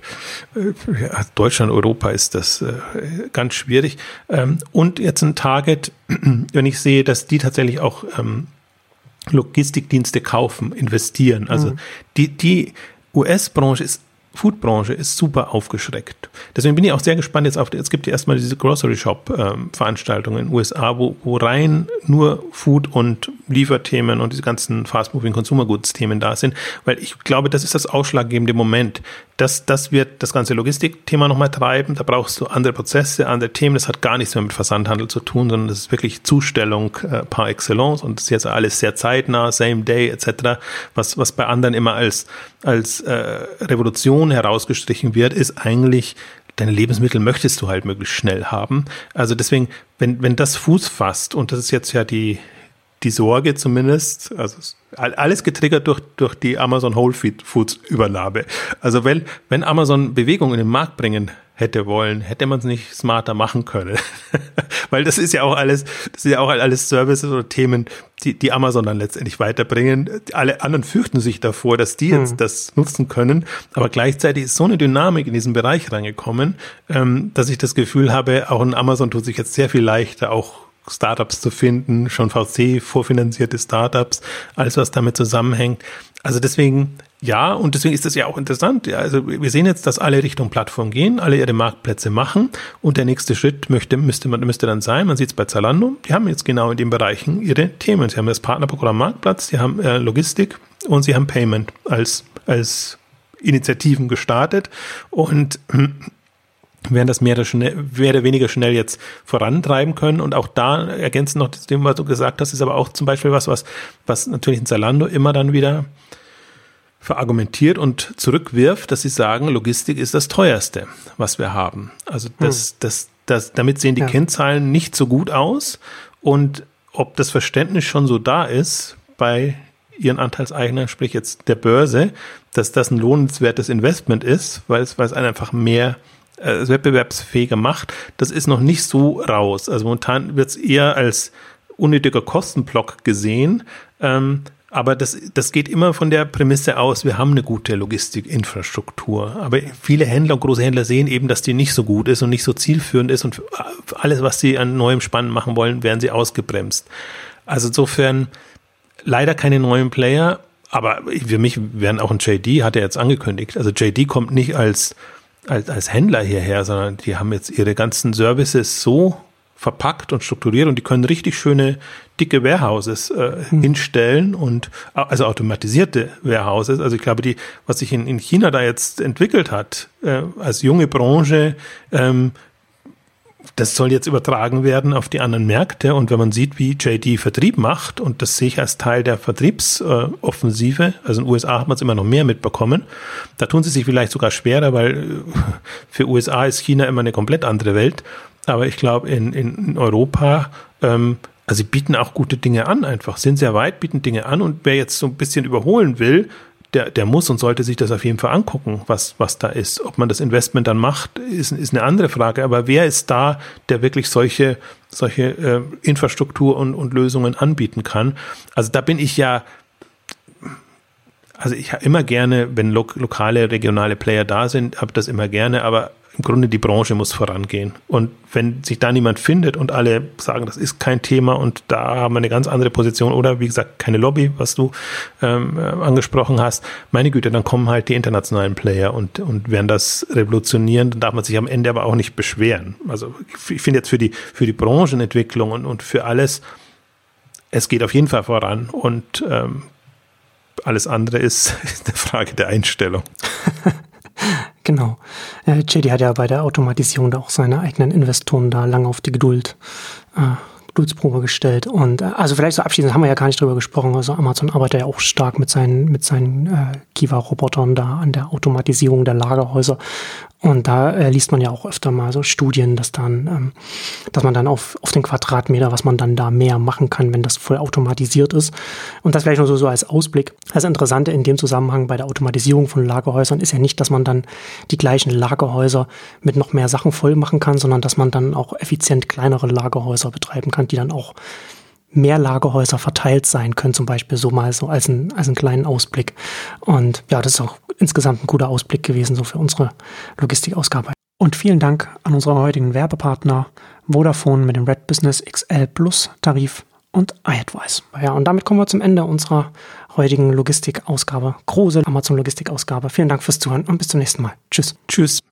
ja, Deutschland, Europa ist das äh, ganz schwierig. Ähm, und jetzt ein Target, wenn ich sehe, dass die tatsächlich auch ähm, Logistikdienste kaufen, investieren. Also mhm. die, die U S-Branche ist, Food-Branche ist super aufgeschreckt. Deswegen bin ich auch sehr gespannt jetzt auf, jetzt gibt es erstmal diese Grocery-Shop-Veranstaltungen in den U S A, wo, wo rein nur Food- und Lieferthemen und diese ganzen Fast-Moving-Consumer-Goods-Themen da sind, weil ich glaube, das ist das ausschlaggebende Moment. Das, das wird das ganze Logistikthema nochmal treiben, da brauchst du andere Prozesse, andere Themen, das hat gar nichts mehr mit Versandhandel zu tun, sondern das ist wirklich Zustellung äh, par excellence und das ist jetzt alles sehr zeitnah, same day et cetera, was, was bei anderen immer als, als äh, Revolution herausgestrichen wird, ist eigentlich, deine Lebensmittel möchtest du halt möglichst schnell haben. Also deswegen, wenn, wenn das Fuß fasst, und das ist jetzt ja die, die Sorge zumindest, also alles getriggert durch, durch die Amazon Whole Foods Übernahme. Also wenn, wenn Amazon Bewegung in den Markt bringen hätte wollen, hätte man es nicht smarter machen können. Weil das ist ja auch alles, das sind ja auch alles Services oder Themen, die, die Amazon dann letztendlich weiterbringen. Alle anderen fürchten sich davor, dass die jetzt hm. das nutzen können. Aber gleichzeitig ist so eine Dynamik in diesen Bereich reingekommen, ähm, dass ich das Gefühl habe, auch in Amazon tut sich jetzt sehr viel leichter, auch Startups zu finden, schon V C, vorfinanzierte Startups, alles, was damit zusammenhängt. Also deswegen, ja, und deswegen ist das ja auch interessant. Ja, also wir sehen jetzt, dass alle Richtung Plattform gehen, alle ihre Marktplätze machen und der nächste Schritt möchte, müsste, man, müsste dann sein, man sieht es bei Zalando, die haben jetzt genau in den Bereichen ihre Themen. Sie haben das Partnerprogramm Marktplatz, sie haben äh, Logistik und sie haben Payment als, als Initiativen gestartet und werden das mehr oder, schnell, mehr oder weniger schnell jetzt vorantreiben können. Und auch da ergänzen noch das Thema, was du gesagt hast, ist aber auch zum Beispiel was, was, was natürlich in Zalando immer dann wieder verargumentiert und zurückwirft, dass sie sagen, Logistik ist das teuerste, was wir haben. Also das, hm. das, das, damit sehen die ja. Kennzahlen nicht so gut aus. Und ob das Verständnis schon so da ist bei ihren Anteilseigner, sprich jetzt der Börse, dass das ein lohnenswertes Investment ist, weil es, weil es einfach mehr äh, wettbewerbsfähiger macht, das ist noch nicht so raus. Also momentan wird es eher als unnötiger Kostenblock gesehen, ähm, aber das, das geht immer von der Prämisse aus, wir haben eine gute Logistikinfrastruktur. Aber viele Händler und große Händler sehen eben, dass die nicht so gut ist und nicht so zielführend ist und für alles, was sie an neuem Spannend machen wollen, werden sie ausgebremst. Also insofern leider keine neuen Player, aber für mich wären auch ein J D, hat er jetzt angekündigt. Also J D kommt nicht als, als, als Händler hierher, sondern die haben jetzt ihre ganzen Services so verpackt und strukturiert und die können richtig schöne, dicke Warehouses äh, hm. hinstellen und also automatisierte Warehouses. Also ich glaube, die, was sich in, in China da jetzt entwickelt hat, äh, als junge Branche, ähm, das soll jetzt übertragen werden auf die anderen Märkte. Und wenn man sieht, wie J D Vertrieb macht, und das sehe ich als Teil der Vertriebsoffensive, äh, also in den U S A hat man es immer noch mehr mitbekommen, da tun sie sich vielleicht sogar schwerer, weil für U S A ist China immer eine komplett andere Welt. Aber ich glaube, in, in Europa, ähm, also sie bieten auch gute Dinge an einfach, sind sehr weit, bieten Dinge an. Und wer jetzt so ein bisschen überholen will, der, der muss und sollte sich das auf jeden Fall angucken, was, was da ist. Ob man das Investment dann macht, ist, ist eine andere Frage. Aber wer ist da, der wirklich solche, solche äh, Infrastruktur und, und Lösungen anbieten kann? Also da bin ich ja, also ich habe immer gerne, wenn lo- lokale, regionale Player da sind, habe das immer gerne, aber im Grunde die Branche muss vorangehen. Und wenn sich da niemand findet und alle sagen, das ist kein Thema und da haben wir eine ganz andere Position oder wie gesagt keine Lobby, was du ähm, angesprochen hast, meine Güte, dann kommen halt die internationalen Player und, und werden das revolutionieren. Dann darf man sich am Ende aber auch nicht beschweren. Also ich finde jetzt für die, für die Branchenentwicklung und, und für alles, es geht auf jeden Fall voran und ähm, alles andere ist, ist eine Frage der Einstellung. Genau. Äh, J D hat ja bei der Automatisierung da auch seine eigenen Investoren da lange auf die Geduld äh, Geduldsprobe gestellt. Und äh, also vielleicht so abschließend, haben wir ja gar nicht drüber gesprochen. Also Amazon arbeitet ja auch stark mit seinen, mit seinen äh, Kiva-Robotern da an der Automatisierung der Lagerhäuser. Und da äh, liest man ja auch öfter mal so Studien, dass dann, ähm, dass man dann auf, auf den Quadratmeter, was man dann da mehr machen kann, wenn das voll automatisiert ist. Und das vielleicht noch so, so als Ausblick. Das Interessante in dem Zusammenhang bei der Automatisierung von Lagerhäusern ist ja nicht, dass man dann die gleichen Lagerhäuser mit noch mehr Sachen voll machen kann, sondern dass man dann auch effizient kleinere Lagerhäuser betreiben kann, die dann auch mehr Lagerhäuser verteilt sein können, zum Beispiel so mal so als, ein, als einen kleinen Ausblick. Und ja, das ist auch insgesamt ein guter Ausblick gewesen, so für unsere Logistikausgabe. Und vielen Dank an unsere heutigen Werbepartner Vodafone mit dem Red Business X L Plus Tarif und iAdvice. Ja, und damit kommen wir zum Ende unserer heutigen Logistikausgabe, große Amazon Logistikausgabe. Vielen Dank fürs Zuhören und bis zum nächsten Mal. Tschüss. Tschüss.